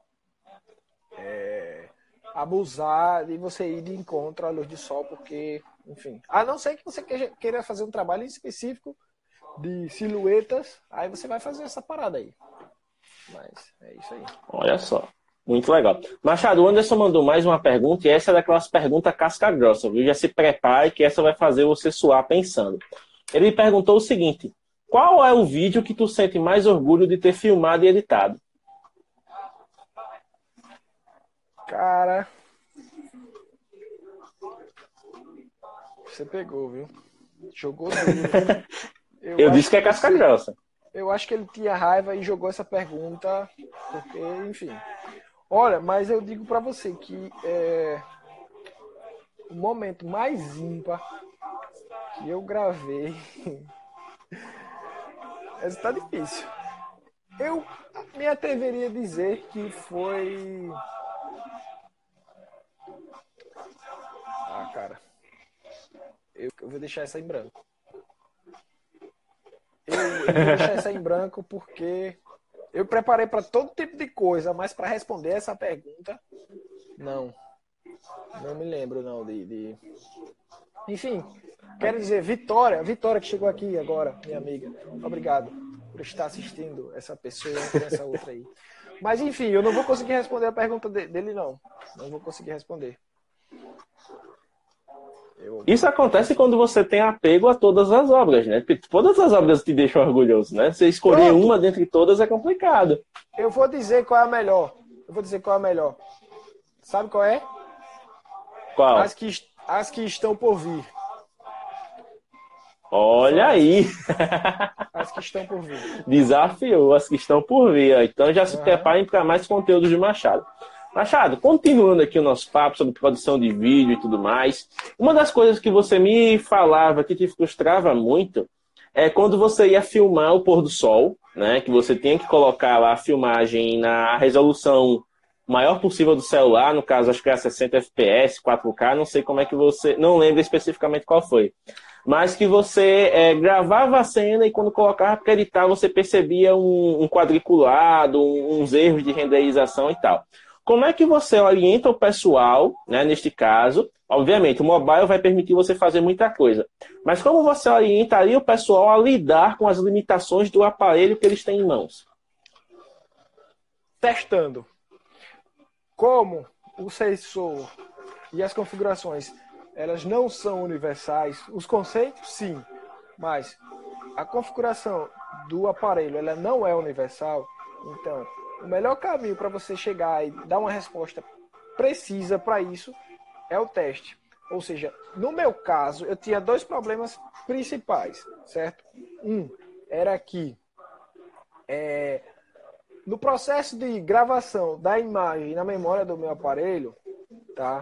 abusar de você ir de encontro à luz de sol, porque, enfim, a não ser que você queira fazer um trabalho específico de silhuetas, aí você vai fazer essa parada aí. Mas é isso aí. Olha só, muito legal. Machado, o Anderson mandou mais uma pergunta, e essa é daquelas perguntas casca grossa, viu? Já se prepare que essa vai fazer você suar pensando. Ele perguntou o seguinte: qual é o vídeo que tu sente mais orgulho de ter filmado e editado? Cara, você pegou, viu? Jogou duro. Eu disse que é casca grossa. Eu acho que ele tinha raiva e jogou essa pergunta, porque, enfim. Olha, mas eu digo pra você que o momento mais ímpar que eu gravei. Essa tá difícil. Eu me atreveria a dizer que foi. Cara. Eu vou deixar essa em branco. Eu vou deixar essa em branco porque eu preparei para todo tipo de coisa, mas para responder essa pergunta, não me lembro não Enfim, quero dizer, Vitória que chegou aqui agora, minha amiga. Obrigado por estar assistindo essa pessoa e essa outra aí. Mas enfim, eu não vou conseguir responder a pergunta dele não. Não vou conseguir responder. Isso acontece quando você tem apego a todas as obras, né? Porque todas as obras te deixam orgulhoso, né? Você escolher uma dentre todas é complicado. Eu vou dizer qual é a melhor. Sabe qual é? Qual? As que estão por vir. Olha aí! As que estão por vir. Desafiou as que estão por vir. Então já se preparem para mais conteúdo de Machado. Machado, continuando aqui o nosso papo sobre produção de vídeo e tudo mais, uma das coisas que você me falava que te frustrava muito é quando você ia filmar o pôr do sol, né? Que você tinha que colocar lá a filmagem na resolução maior possível do celular, no caso acho que era 60 fps, 4K, não sei como é que você... Não lembro especificamente qual foi. mas que você gravava a cena e quando colocava para editar você percebia um quadriculado, uns erros de renderização e tal. Como é que você orienta o pessoal, né, neste caso? Obviamente, o mobile vai permitir você fazer muita coisa, mas como você orientaria o pessoal a lidar com as limitações do aparelho que eles têm em mãos? Testando. Como o sensor e as configurações, elas não são universais, os conceitos sim, mas a configuração do aparelho ela não é universal, então o melhor caminho para você chegar e dar uma resposta precisa para isso é o teste. Ou seja, no meu caso, eu tinha dois problemas principais, certo? Um era que no processo de gravação da imagem na memória do meu aparelho, tá?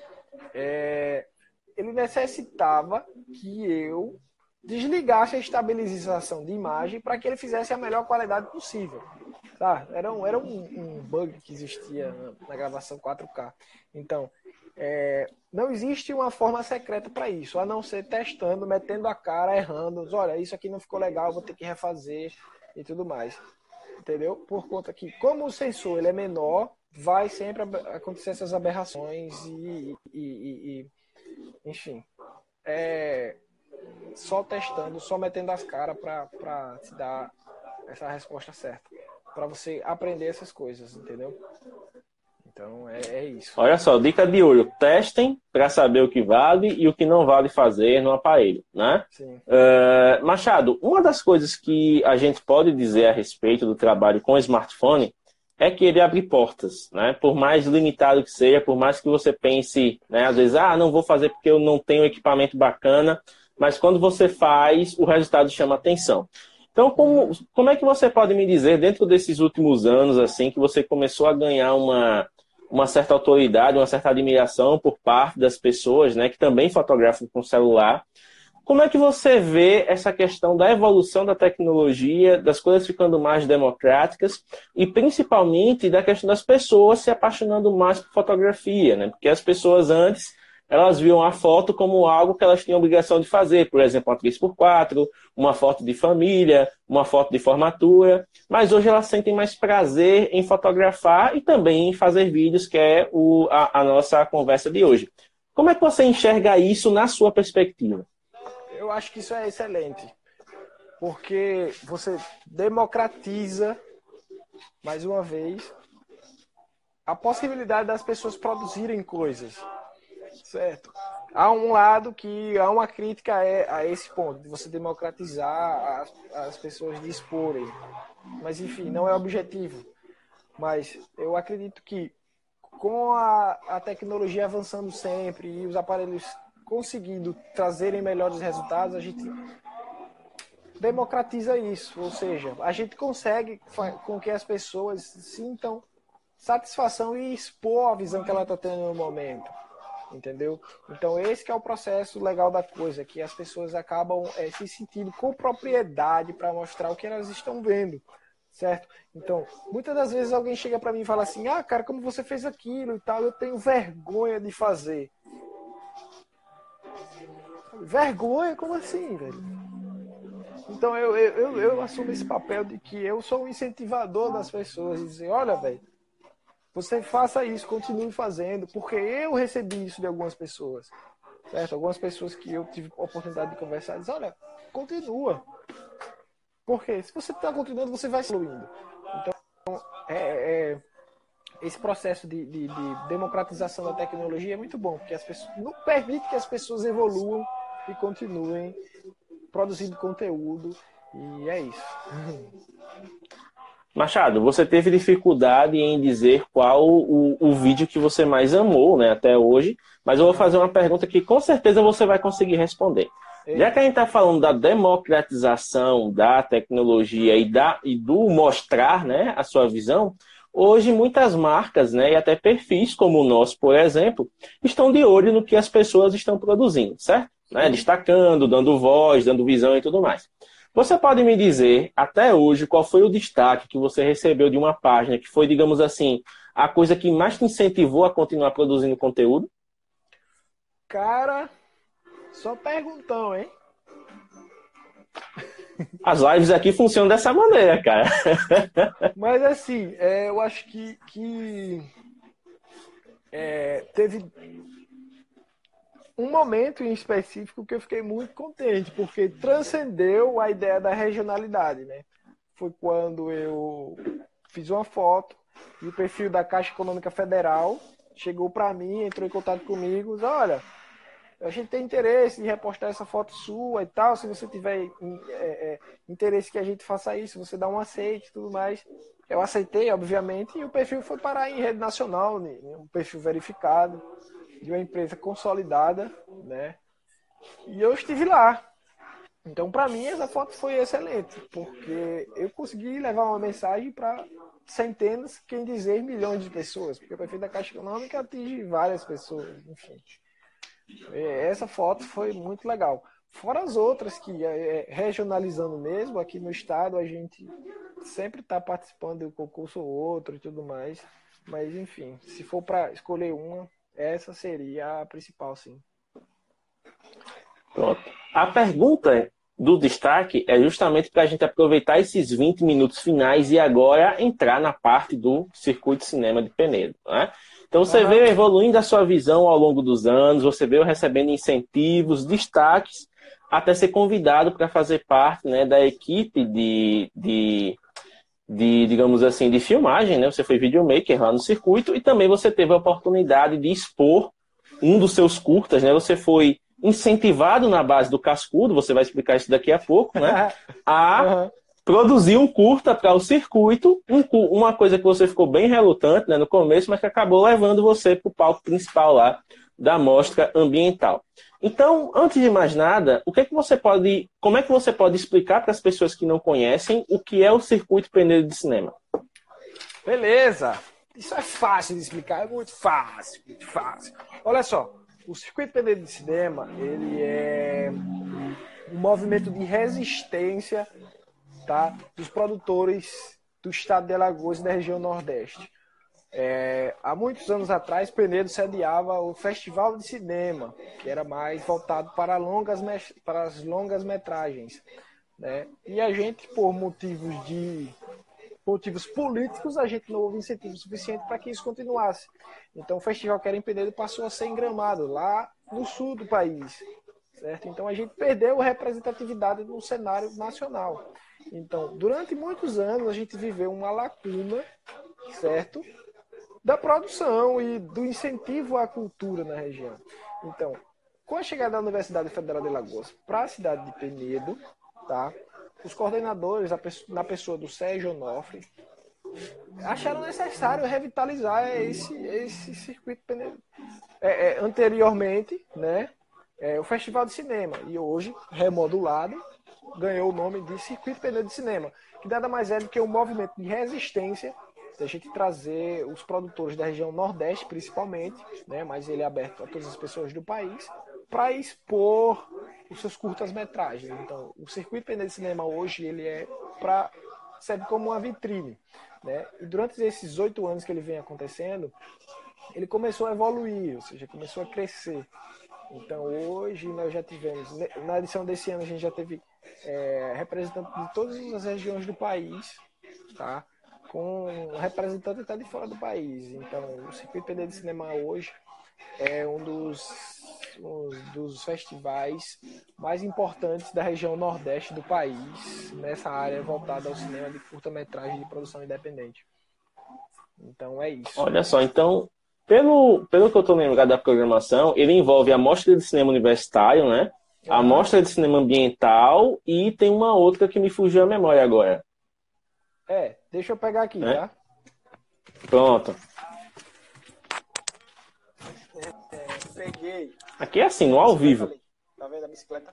Ele necessitava que eu desligasse a estabilização de imagem para que ele fizesse a melhor qualidade possível. Tá? Era um bug que existia na gravação 4K. Então, não existe uma forma secreta para isso, a não ser testando, metendo a cara, errando. Olha, isso aqui não ficou legal, vou ter que refazer e tudo mais. Entendeu? Por conta que, como o sensor ele é menor, vai sempre acontecer essas aberrações enfim, só testando, só metendo as caras para te dar essa resposta certa, para você aprender essas coisas, entendeu? Então é isso. Olha só, dica de ouro: testem para saber o que vale e o que não vale fazer no aparelho, né? Sim. Machado, uma das coisas que a gente pode dizer a respeito do trabalho com o smartphone é que ele abre portas, né? Por mais limitado que seja, por mais que você pense, né, às vezes, não vou fazer porque eu não tenho equipamento bacana, mas quando você faz, o resultado chama atenção. Então, como é que você pode me dizer, dentro desses últimos anos, assim, que você começou a ganhar uma certa autoridade, uma certa admiração por parte das pessoas, né, que também fotografam com celular? Como é que você vê essa questão da evolução da tecnologia, das coisas ficando mais democráticas e principalmente da questão das pessoas se apaixonando mais por fotografia, né? Porque as pessoas antes, elas viam a foto como algo que elas tinham obrigação de fazer, por exemplo, uma 3x4, uma foto de família, uma foto de formatura, mas hoje elas sentem mais prazer em fotografar e também em fazer vídeos, que é a nossa conversa de hoje. Como é que você enxerga isso na sua perspectiva? Eu acho que isso é excelente, porque você democratiza, mais uma vez, a possibilidade das pessoas produzirem coisas, certo? Há um lado que há uma crítica a esse ponto, de você democratizar as pessoas de exporem, mas enfim, não é objetivo. Mas eu acredito que com a tecnologia avançando sempre e os aparelhos conseguindo trazerem melhores resultados, a gente democratiza isso, ou seja, a gente consegue com que as pessoas sintam satisfação e expor a visão que ela está tendo no momento, entendeu? Então esse que é o processo legal da coisa, que as pessoas acabam se sentindo com propriedade para mostrar o que elas estão vendo, certo? Então, muitas das vezes alguém chega para mim e fala assim, cara, como você fez aquilo e tal, eu tenho vergonha de fazer. Vergonha? Como assim, velho? Então eu assumo esse papel de que eu sou um incentivador das pessoas e dizer, olha, velho, você faça isso, continue fazendo, porque eu recebi isso de algumas pessoas, certo? Algumas pessoas que eu tive a oportunidade de conversar, dizem, olha, continua. Porque se você está continuando, você vai fluindo. Então, esse processo de democratização da tecnologia é muito bom, porque as pessoas não permite que as pessoas evoluam e continuem produzindo conteúdo, e é isso. Machado, você teve dificuldade em dizer qual o vídeo que você mais amou, né, até hoje, mas eu vou fazer uma pergunta que com certeza você vai conseguir responder. Já que a gente está falando da democratização da tecnologia e do mostrar, né, a sua visão, hoje muitas marcas, né, e até perfis como o nosso, por exemplo, estão de olho no que as pessoas estão produzindo, certo? Né, destacando, dando voz, dando visão e tudo mais. Você pode me dizer, até hoje, qual foi o destaque que você recebeu de uma página que foi, digamos assim, a coisa que mais te incentivou a continuar produzindo conteúdo? Cara, só perguntão, hein? As lives aqui funcionam dessa maneira, cara. Mas assim, eu acho que teve um momento em específico que eu fiquei muito contente, porque transcendeu a ideia da regionalidade, né? Foi quando eu fiz uma foto e o perfil da Caixa Econômica Federal chegou para mim, entrou em contato comigo, disse, olha, a gente tem interesse em repostar essa foto sua e tal, se você tiver interesse que a gente faça isso, você dá um aceite e tudo mais. Eu aceitei, obviamente, e o perfil foi parar em rede nacional, né? Um perfil verificado, de uma empresa consolidada, né? E eu estive lá. Então, para mim, essa foto foi excelente, porque eu consegui levar uma mensagem para centenas, quem dizer milhões de pessoas, porque o perfil da Caixa Econômica atinge várias pessoas, enfim. Essa foto foi muito legal. Fora as outras que, regionalizando mesmo, aqui no estado, a gente sempre está participando de um concurso ou outro e tudo mais. Mas, enfim, se for para escolher uma, essa seria a principal, sim. Pronto. A pergunta do destaque é justamente para a gente aproveitar esses 20 minutos finais e agora entrar na parte do circuito cinema de Penedo, né? Então você veio evoluindo a sua visão ao longo dos anos, você veio recebendo incentivos, destaques, até ser convidado para fazer parte, né, da equipe digamos assim, de filmagem, né? Você foi videomaker lá no circuito e também você teve a oportunidade de expor um dos seus curtas, né? Você foi incentivado na base do Cascudo, você vai explicar isso daqui a pouco, né? A produzir um curta para o circuito, uma coisa que você ficou bem relutante, né, no começo, mas que acabou levando você para o palco principal lá da mostra ambiental. Então, antes de mais nada, como é que você pode explicar para as pessoas que não conhecem o que é o circuito Penedo de cinema? Beleza! Isso é fácil de explicar, é muito fácil, muito fácil. Olha só, o circuito Penedo de cinema, ele é um movimento de resistência, tá, dos produtores do estado de Alagoas e da região Nordeste. Há muitos anos atrás, Penedo sediava o Festival de Cinema, que era mais voltado para as longas metragens, né? E a gente, por motivos políticos, a gente não houve incentivo suficiente para que isso continuasse. Então o festival que era em Penedo passou a ser em Gramado, lá no sul do país, certo? Então a gente perdeu a representatividade no cenário nacional. Então, durante muitos anos, a gente viveu uma lacuna, certo? Da produção e do incentivo à cultura na região. Então, com a chegada da Universidade Federal de Alagoas para a cidade de Penedo, tá? Os coordenadores, na pessoa do Sérgio Onofre, acharam necessário revitalizar esse circuito Penedo. Anteriormente, né, o Festival de Cinema, e hoje, remodulado, ganhou o nome de Circuito Penedo de Cinema, que nada mais é do que um movimento de resistência da gente trazer os produtores da região Nordeste, principalmente, né, mas ele é aberto a todas as pessoas do país, para expor os seus curtas-metragens. Então, o Circuito Penedo de Cinema hoje ele serve como uma vitrine, né? E durante esses 8 anos que ele vem acontecendo, ele começou a evoluir, ou seja, começou a crescer. Então, hoje nós já tivemos, na edição desse ano, a gente já teve representantes de todas as regiões do país, tá? Com um representante até de fora do país. Então, o Circuito Penedo de Cinema hoje é um dos festivais mais importantes da região Nordeste do país, nessa área voltada ao cinema de curta-metragem de produção independente. Então, é isso. Olha só, então, pelo que eu estou lembrado da programação, ele envolve a Mostra de Cinema Universitário, né? A Mostra de Cinema Ambiental e tem uma outra que me fugiu a memória agora. Deixa eu pegar aqui, tá? Pronto. Peguei. Aqui é assim, no ao vivo. Ali. Tá vendo a bicicleta?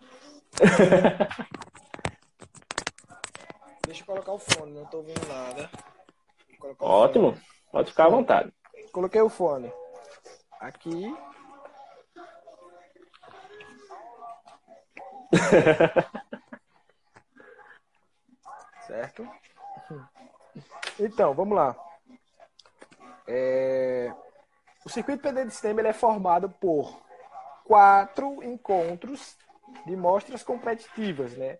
Deixa eu colocar o fone, não tô ouvindo nada. Ótimo, pode ficar à vontade. Coloquei o fone. Aqui. Certo? Então, vamos lá. O Circuito Penedo de Cinema ele é formado por 4 encontros de mostras competitivas, né?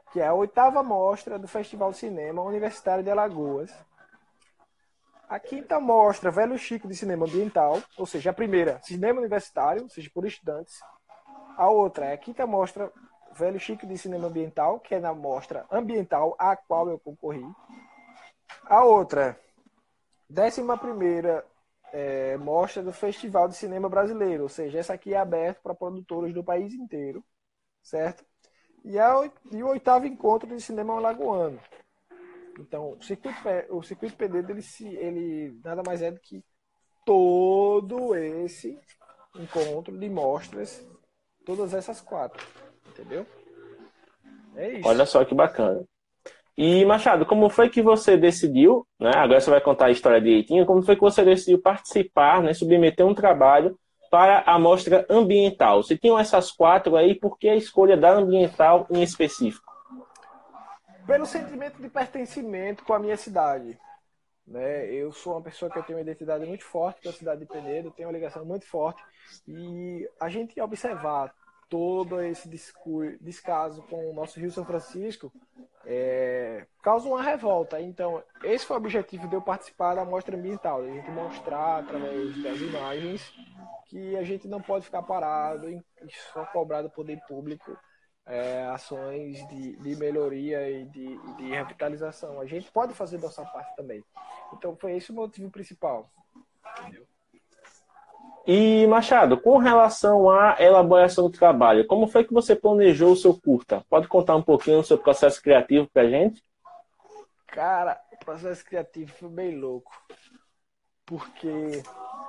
que é a 8ª mostra do Festival de Cinema Universitário de Alagoas. A 5ª mostra Velho Chico de Cinema Ambiental, ou seja, a primeira, Cinema Universitário, ou seja, por estudantes. A outra é a 5ª mostra Velho Chico de Cinema Ambiental, que é na mostra ambiental a qual eu concorri. A outra, 11ª mostra do Festival de Cinema Brasileiro, ou seja, essa aqui é aberta para produtores do país inteiro, certo? E o 8º encontro de cinema alagoano. Então, o circuito Penedo, ele nada mais é do que todo esse encontro de mostras, todas essas 4, entendeu? É isso. Olha só que bacana. E, Machado, como foi que você decidiu, né? Agora você vai contar a história direitinho, como foi que você decidiu participar, né? Submeter um trabalho para a mostra ambiental? Se tinham essas 4 aí, por que a escolha da ambiental em específico? Pelo sentimento de pertencimento com a minha cidade. Né? Eu sou uma pessoa que eu tenho uma identidade muito forte com a cidade de Penedo, tenho uma ligação muito forte. E a gente observar todo esse descaso com o nosso Rio São Francisco causa uma revolta. Então, esse foi o objetivo de eu participar da mostra ambiental, a gente mostrar através das imagens que a gente não pode ficar parado e só cobrar do poder público ações de melhoria e de revitalização. A gente pode fazer nossa parte também. Então, foi esse o motivo principal. Entendeu? E, Machado, com relação à elaboração do trabalho, como foi que você planejou o seu curta? Pode contar um pouquinho do seu processo criativo pra gente? Cara, o processo criativo foi bem louco. Porque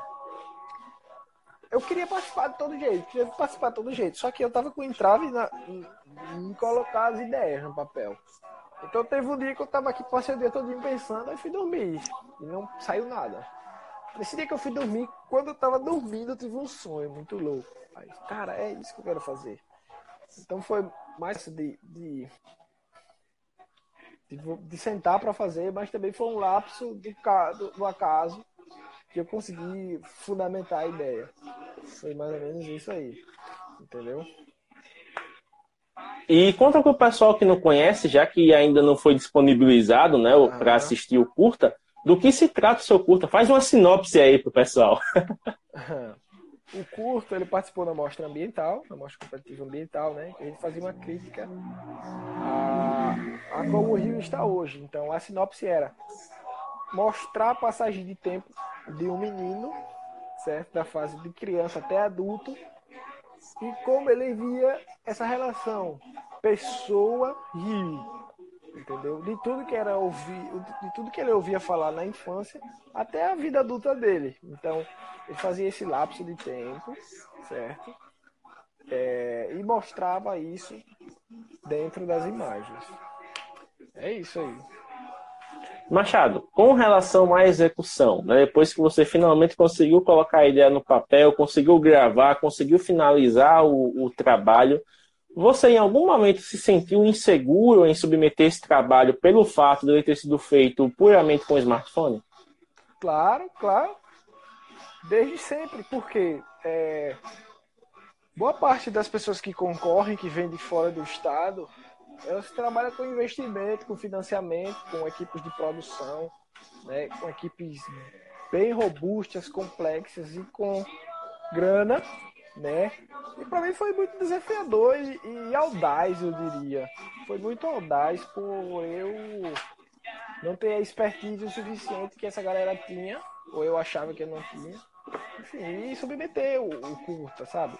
eu queria participar de todo jeito, só que eu tava com entrave em colocar as ideias no papel. Então teve um dia que eu tava aqui, passei o dia todo pensando, aí fui dormir, e não saiu nada. Nesse dia que eu fui dormir, quando eu tava dormindo, eu tive um sonho muito louco. Aí, cara, é isso que eu quero fazer. Então foi mais de sentar para fazer, mas também foi um lapso do acaso que eu consegui fundamentar a ideia. Foi mais ou menos isso aí, entendeu? E conta para o pessoal que não conhece, já que ainda não foi disponibilizado, né, para assistir o curta, do que se trata o seu curta. Faz uma sinopse aí pro pessoal. O curto, ele participou da mostra ambiental, da mostra competitiva ambiental, né? A gente fazia uma crítica a como o Rio está hoje. Então, a sinopse era mostrar a passagem de tempo de um menino, certo? Da fase de criança até adulto, e como ele via essa relação pessoa-rio, entendeu? De tudo que ele ouvia falar na infância até a vida adulta dele. Então, ele fazia esse lapso de tempo, certo? E mostrava isso dentro das imagens. É isso aí. Machado, com relação à execução, né, depois que você finalmente conseguiu colocar a ideia no papel, conseguiu gravar, conseguiu finalizar o trabalho, você em algum momento se sentiu inseguro em submeter esse trabalho pelo fato de ele ter sido feito puramente com smartphone? Claro, claro. Desde sempre, porque boa parte das pessoas que concorrem, que vêm de fora do estado, elas trabalham com investimento, com financiamento, com equipes de produção, né, com equipes bem robustas, complexas e com grana, né? E para mim foi muito desafiador e audaz, eu diria. Foi muito audaz por eu não ter a expertise o suficiente que essa galera tinha, ou eu achava que eu não tinha. Enfim, e submeter o curta, sabe?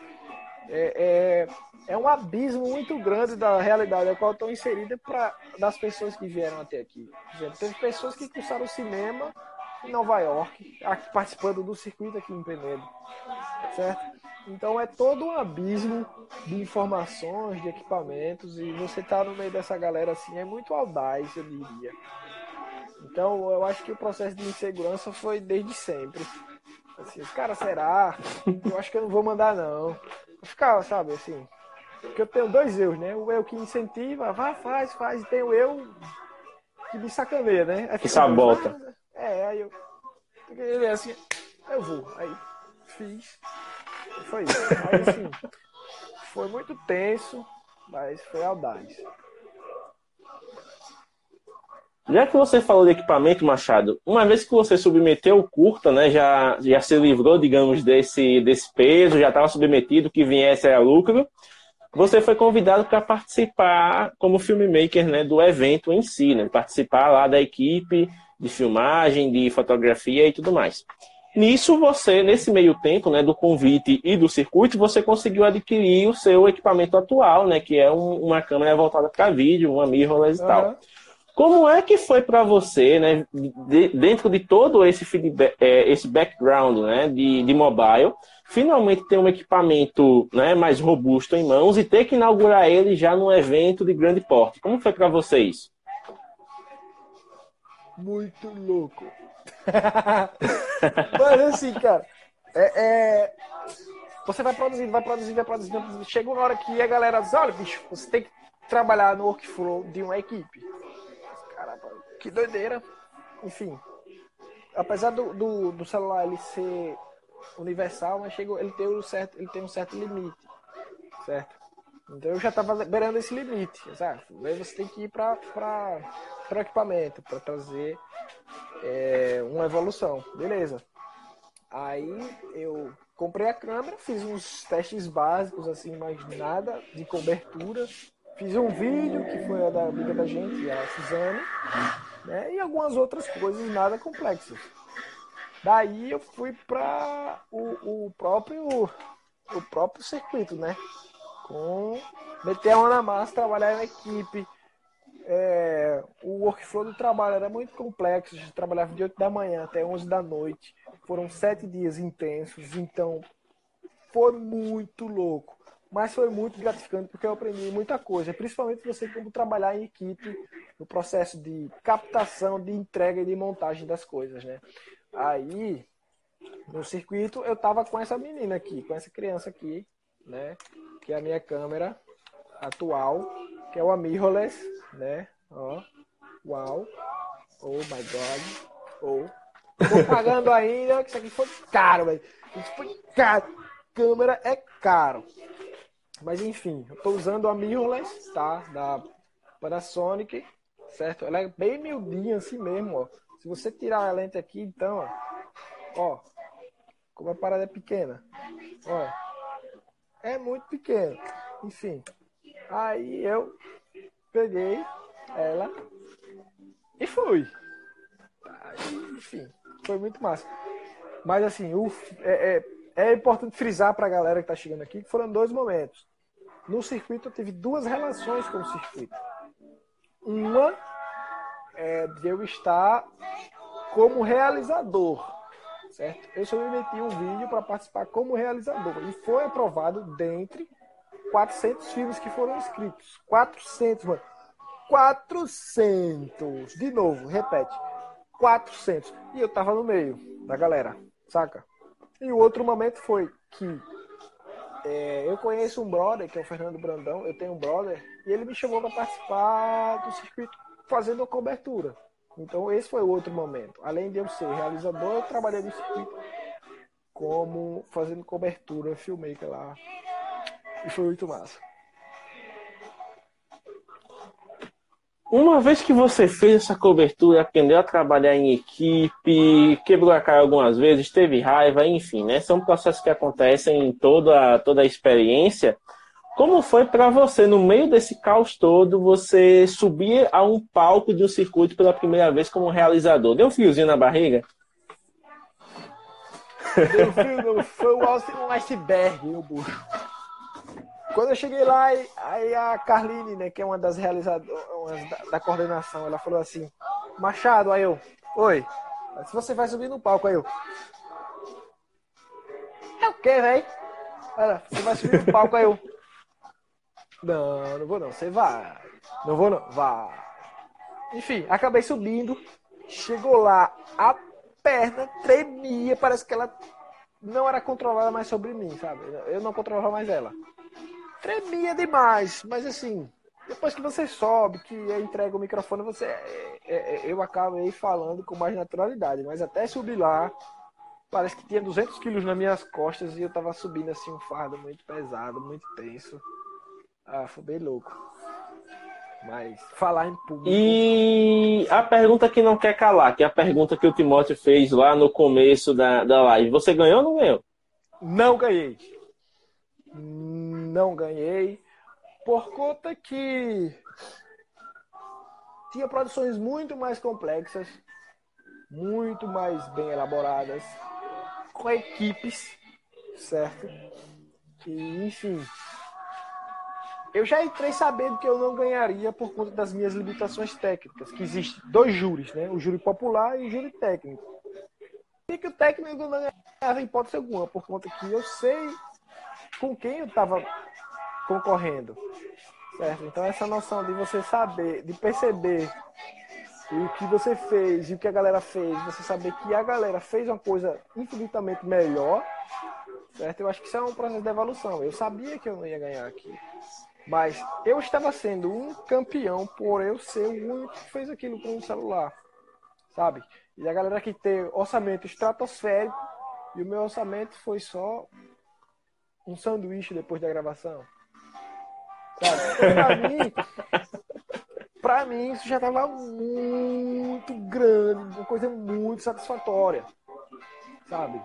É um abismo muito grande da realidade a qual estão inseridas das pessoas que vieram até aqui. Por exemplo, teve pessoas que cursaram cinema em Nova York, participando do circuito aqui em Penedo, certo? Então é todo um abismo de informações, de equipamentos, e você tá no meio dessa galera assim, é muito audaz, eu diria. Então eu acho que o processo de insegurança foi desde sempre. Assim, cara, será? Eu acho que eu não vou mandar não. Eu ficava, sabe, assim, porque eu tenho 2 eus, né? O eu que incentiva, vai, faz, e tem o eu que me sacaneia, né? Aí Que fica sabota. aí eu fiquei assim, eu vou. Aí fiz. E foi isso. Aí assim, foi muito tenso, mas foi audaz. Já que você falou de equipamento, Machado, uma vez que você submeteu o curta, né, já se livrou, digamos, desse peso, já estava submetido, que viesse a lucro, você foi convidado para participar como filmmaker, né, do evento em si, né, participar lá da equipe de filmagem, de fotografia e tudo mais. Nisso você, nesse meio tempo, né, do convite e do circuito, você conseguiu adquirir o seu equipamento atual, né, que é uma câmera voltada para vídeo, uma mirrorless e tal. Aham. Como é que foi para você, né, dentro de todo esse feedback, esse background, né, de mobile, finalmente ter um equipamento, né, mais robusto em mãos e ter que inaugurar ele já num evento de grande porte? Como foi para você isso? Muito louco. Mas assim, cara, é, é, você vai produzindo, vai produzindo, vai produzindo, vai produzindo. Chega uma hora que a galera diz, olha, bicho, você tem que trabalhar no workflow de uma equipe. Caramba, que doideira. Enfim, apesar do celular ele ser universal, mas ele tem um certo limite, certo? Então eu já estava beirando esse limite, sabe? Aí você tem que ir para o equipamento, para trazer uma evolução. Beleza. Aí eu comprei a câmera, fiz uns testes básicos, assim, mas nada de cobertura. Fiz um vídeo, que foi a da amiga da gente, a Suzane, né? E algumas outras coisas nada complexas. Daí eu fui para o próprio circuito, né? Com meter a mão na massa, trabalhar em equipe. O workflow do trabalho era muito complexo. A gente trabalhava de 8 da manhã até 11 da noite. Foram 7 dias intensos, então foi muito louco. Mas foi muito gratificante porque eu aprendi muita coisa, principalmente você como trabalhar em equipe no processo de captação, de entrega e de montagem das coisas, né? Aí, no circuito, eu tava com essa menina aqui, com essa criança aqui, né? Que é a minha câmera atual, que é uma mirrorless, né? Ó, uau, oh my god, oh. Tô pagando ainda, que isso aqui foi caro, velho. Isso foi caro. Câmera é caro. Mas enfim, eu tô usando a mirrorless, tá? Da Panasonic, certo? Ela é bem miudinha assim mesmo, ó. Se você tirar a lente aqui, então, ó, como a parada é pequena, ó, é muito pequena. Enfim, aí eu peguei ela e fui. Aí, enfim, foi muito massa. Mas assim, é importante frisar pra galera que tá chegando aqui que foram dois momentos. No circuito eu tive duas relações com o circuito. Uma é de eu estar como realizador, certo? Eu submeti um vídeo para participar como realizador e foi aprovado dentre 400 filmes que foram inscritos. 400, mano. 400. De novo, repete. 400. E eu tava no meio da galera, saca? E o outro momento foi que eu conheço um brother, que é o Fernando Brandão, eu tenho um brother, e ele me chamou para participar do circuito fazendo a cobertura. Então esse foi o outro momento. Além de eu ser realizador, eu trabalhei no circuito como fazendo cobertura, filmmaker lá. E foi muito massa. Uma vez que você fez essa cobertura, aprendeu a trabalhar em equipe, quebrou a cara algumas vezes, teve raiva, enfim, né? São processos que acontecem em toda a experiência. Como foi para você, no meio desse caos todo, você subir a um palco de um circuito pela primeira vez como realizador? Deu um friozinho na barriga? Deu frio, foi um iceberg, meu bucho. Quando eu cheguei lá, aí a Carline, né, que é uma das realizadoras da coordenação, ela falou assim, Machado, aí eu, oi, se você vai subir no palco, aí eu, é o quê, velho? Ela, você vai subir no palco, aí eu, não vou não, você vai. Não vou não, vai. Enfim, acabei subindo, chegou lá, a perna tremia, parece que ela não era controlada mais sobre mim, sabe? Eu não controlava mais ela. Tremia demais, mas assim, depois que você sobe, que entrega o microfone, eu acabo aí falando com mais naturalidade, mas até subir lá, parece que tinha 200 quilos nas minhas costas e eu tava subindo assim um fardo muito pesado, muito tenso. Ah, foi bem louco. Mas falar em público... E a pergunta que não quer calar, que é a pergunta que o Timóteo fez lá no começo da live. Você ganhou ou não ganhou? Não ganhei. Não ganhei. Por conta que tinha produções muito mais complexas, muito mais bem elaboradas, com equipes, certo? E, enfim, eu já entrei sabendo que eu não ganharia por conta das minhas limitações técnicas, que existem dois júris, né? O júri popular e o júri técnico. E que o técnico não ganhava em hipótese alguma, por conta que eu sei com quem eu estava concorrendo, certo? Então essa noção de você saber, de perceber o que você fez e o que a galera fez, você saber que a galera fez uma coisa infinitamente melhor, certo? Eu acho que isso é um processo de evolução. Eu sabia que eu não ia ganhar aqui, mas eu estava sendo um campeão por eu ser o único que fez aquilo com o celular, sabe? E a galera que tem orçamento estratosférico, e o meu orçamento foi só um sanduíche depois da gravação, sabe? Então, pra mim isso já estava muito grande, uma coisa muito satisfatória, sabe?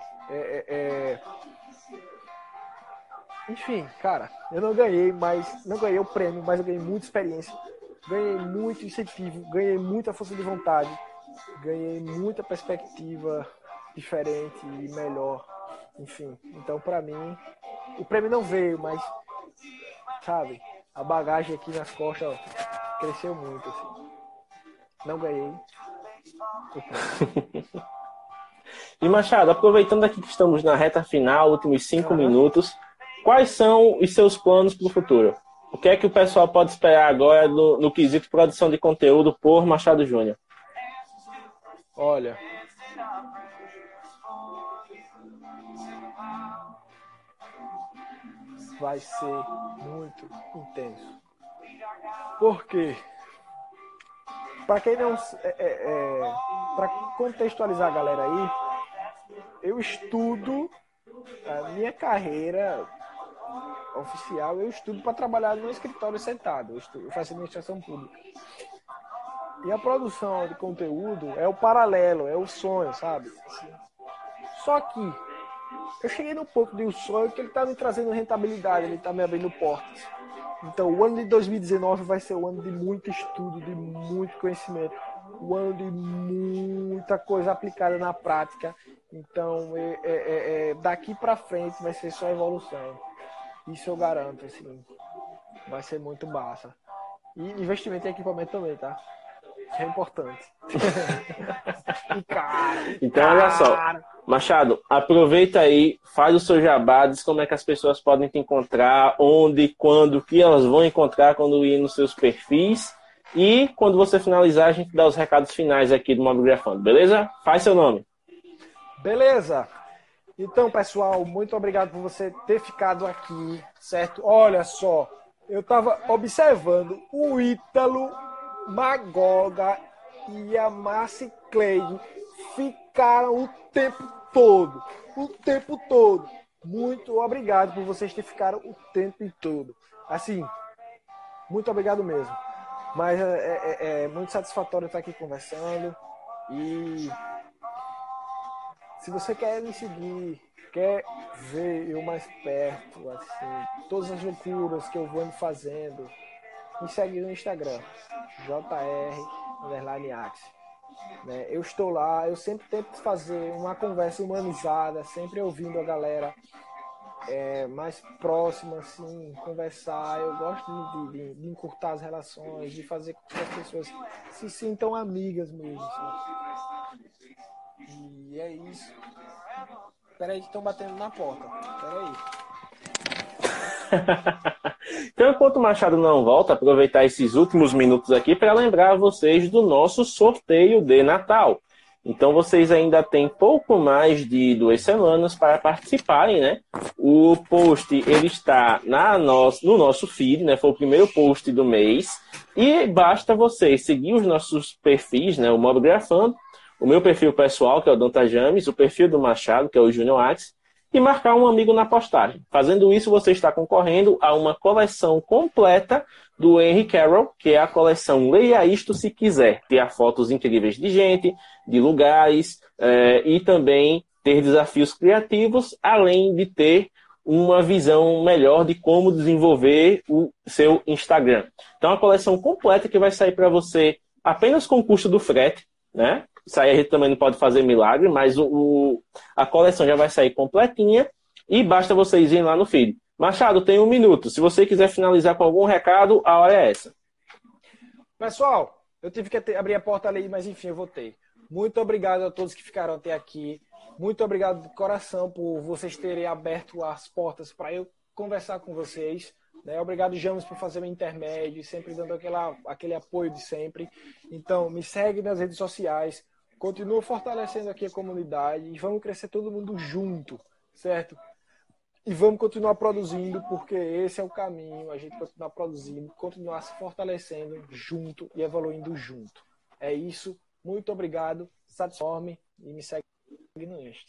Enfim, cara, eu não ganhei o prêmio, mas eu ganhei muita experiência, ganhei muito incentivo, ganhei muita força de vontade, ganhei muita perspectiva diferente e melhor, enfim. Então, pra mim, o prêmio não veio, mas, sabe, a bagagem aqui nas costas, ó, cresceu muito, assim. Não ganhei o prêmio. E Machado, aproveitando aqui que estamos na reta final, últimos 5 minutos, quais são os seus planos para o futuro? O que é que o pessoal pode esperar agora no quesito produção de conteúdo por Machado Júnior? Olha, vai ser muito intenso. Por quê? Para quem não... para contextualizar a galera aí, eu estudo a minha carreira oficial, eu estudo para trabalhar no escritório sentado, eu faço administração pública. E a produção de conteúdo é o paralelo, é o sonho, sabe? Assim. Só que eu cheguei no ponto de um sonho que ele está me trazendo rentabilidade, ele está me abrindo portas. Então o ano de 2019 vai ser um ano de muito estudo, de muito conhecimento, um ano de muita coisa aplicada na prática. Então daqui para frente vai ser só evolução. Isso eu garanto, assim, vai ser muito massa. E investimento em equipamento também, tá? É importante. E cara, então, olha só, Machado, aproveita aí, faz o seu jabá, diz como é que as pessoas podem te encontrar, onde, quando, o que elas vão encontrar quando ir nos seus perfis. E quando você finalizar, a gente dá os recados finais aqui do Mobigrafando, beleza? Faz seu nome. Beleza. Então, pessoal, muito obrigado por você ter ficado aqui, certo? Olha só, eu estava observando o Ítalo, Magoga e a Marcy Cleide ficaram o tempo todo. Muito obrigado por vocês ter ficado o tempo todo. Assim, muito obrigado mesmo. Mas é muito satisfatório estar aqui conversando. E se você quer me seguir, quer ver eu mais perto, assim, todas as loucuras que eu vou fazendo, me segue no Instagram, JR_Axe. Né? Eu estou lá, eu sempre tento fazer uma conversa humanizada, sempre ouvindo a galera mais próxima, assim, conversar. Eu gosto de encurtar as relações, de fazer com que as pessoas se sintam amigas mesmo. Assim. E é isso. Peraí que estão batendo na porta. Peraí. Então, enquanto o Machado não volta, aproveitar esses últimos minutos aqui para lembrar vocês do nosso sorteio de Natal. Então, vocês ainda têm pouco mais de 2 semanas para participarem, né? O post, ele está no nosso feed, né? Foi o primeiro post do mês. E basta vocês seguir os nossos perfis, né? O Mobigrafando, o meu perfil pessoal, que é o Donta James, o perfil do Machado, que é o Júnior Axe, e marcar um amigo na postagem. Fazendo isso, você está concorrendo a uma coleção completa do Henry Carroll, que é a coleção Leia Isto Se Quiser. Ter fotos incríveis de gente, de lugares, e também ter desafios criativos, além de ter uma visão melhor de como desenvolver o seu Instagram. Então, a coleção completa que vai sair para você apenas com o custo do frete, né? Isso aí a gente também não pode fazer milagre, mas a coleção já vai sair completinha e basta vocês irem lá no feed. Machado, tem 1 minuto. Se você quiser finalizar com algum recado, a hora é essa. Pessoal, eu tive que abrir a porta ali, mas enfim, eu voltei. Muito obrigado a todos que ficaram até aqui. Muito obrigado de coração por vocês terem aberto as portas para eu conversar com vocês. Né? Obrigado, James, por fazer o intermédio, sempre dando aquele apoio de sempre. Então, me segue nas redes sociais. Continua fortalecendo aqui a comunidade e vamos crescer todo mundo junto, certo? E vamos continuar produzindo, porque esse é o caminho, a gente continuar produzindo, continuar se fortalecendo junto e evoluindo junto. É isso, muito obrigado, satisforme e me segue no Insta.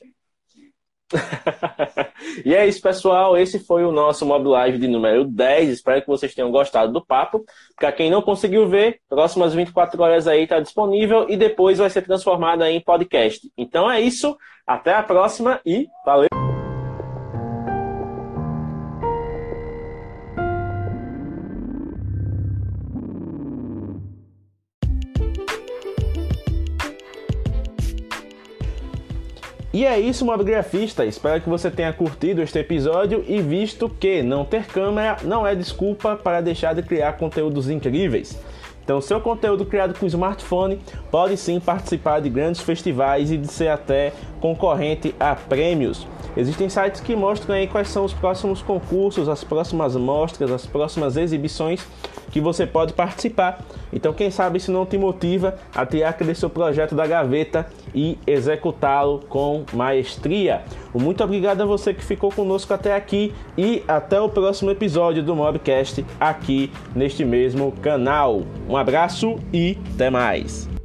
E é isso, pessoal. Esse foi o nosso Mob Live de número 10. Espero que vocês tenham gostado do papo. Para quem não conseguiu ver, próximas 24 horas aí está disponível e depois vai ser transformado aí em podcast. Então é isso. Até a próxima e valeu! E é isso, mobgrafista. Espero que você tenha curtido este episódio e visto que não ter câmera não é desculpa para deixar de criar conteúdos incríveis. Então, seu conteúdo criado com smartphone pode sim participar de grandes festivais e de ser até concorrente a prêmios. Existem sites que mostram aí quais são os próximos concursos, as próximas mostras, as próximas exibições que você pode participar. Então, quem sabe isso não te motiva a tirar aquele seu projeto da gaveta e executá-lo com maestria. Muito obrigado a você que ficou conosco até aqui e até o próximo episódio do Mobcast aqui neste mesmo canal. Um abraço e até mais!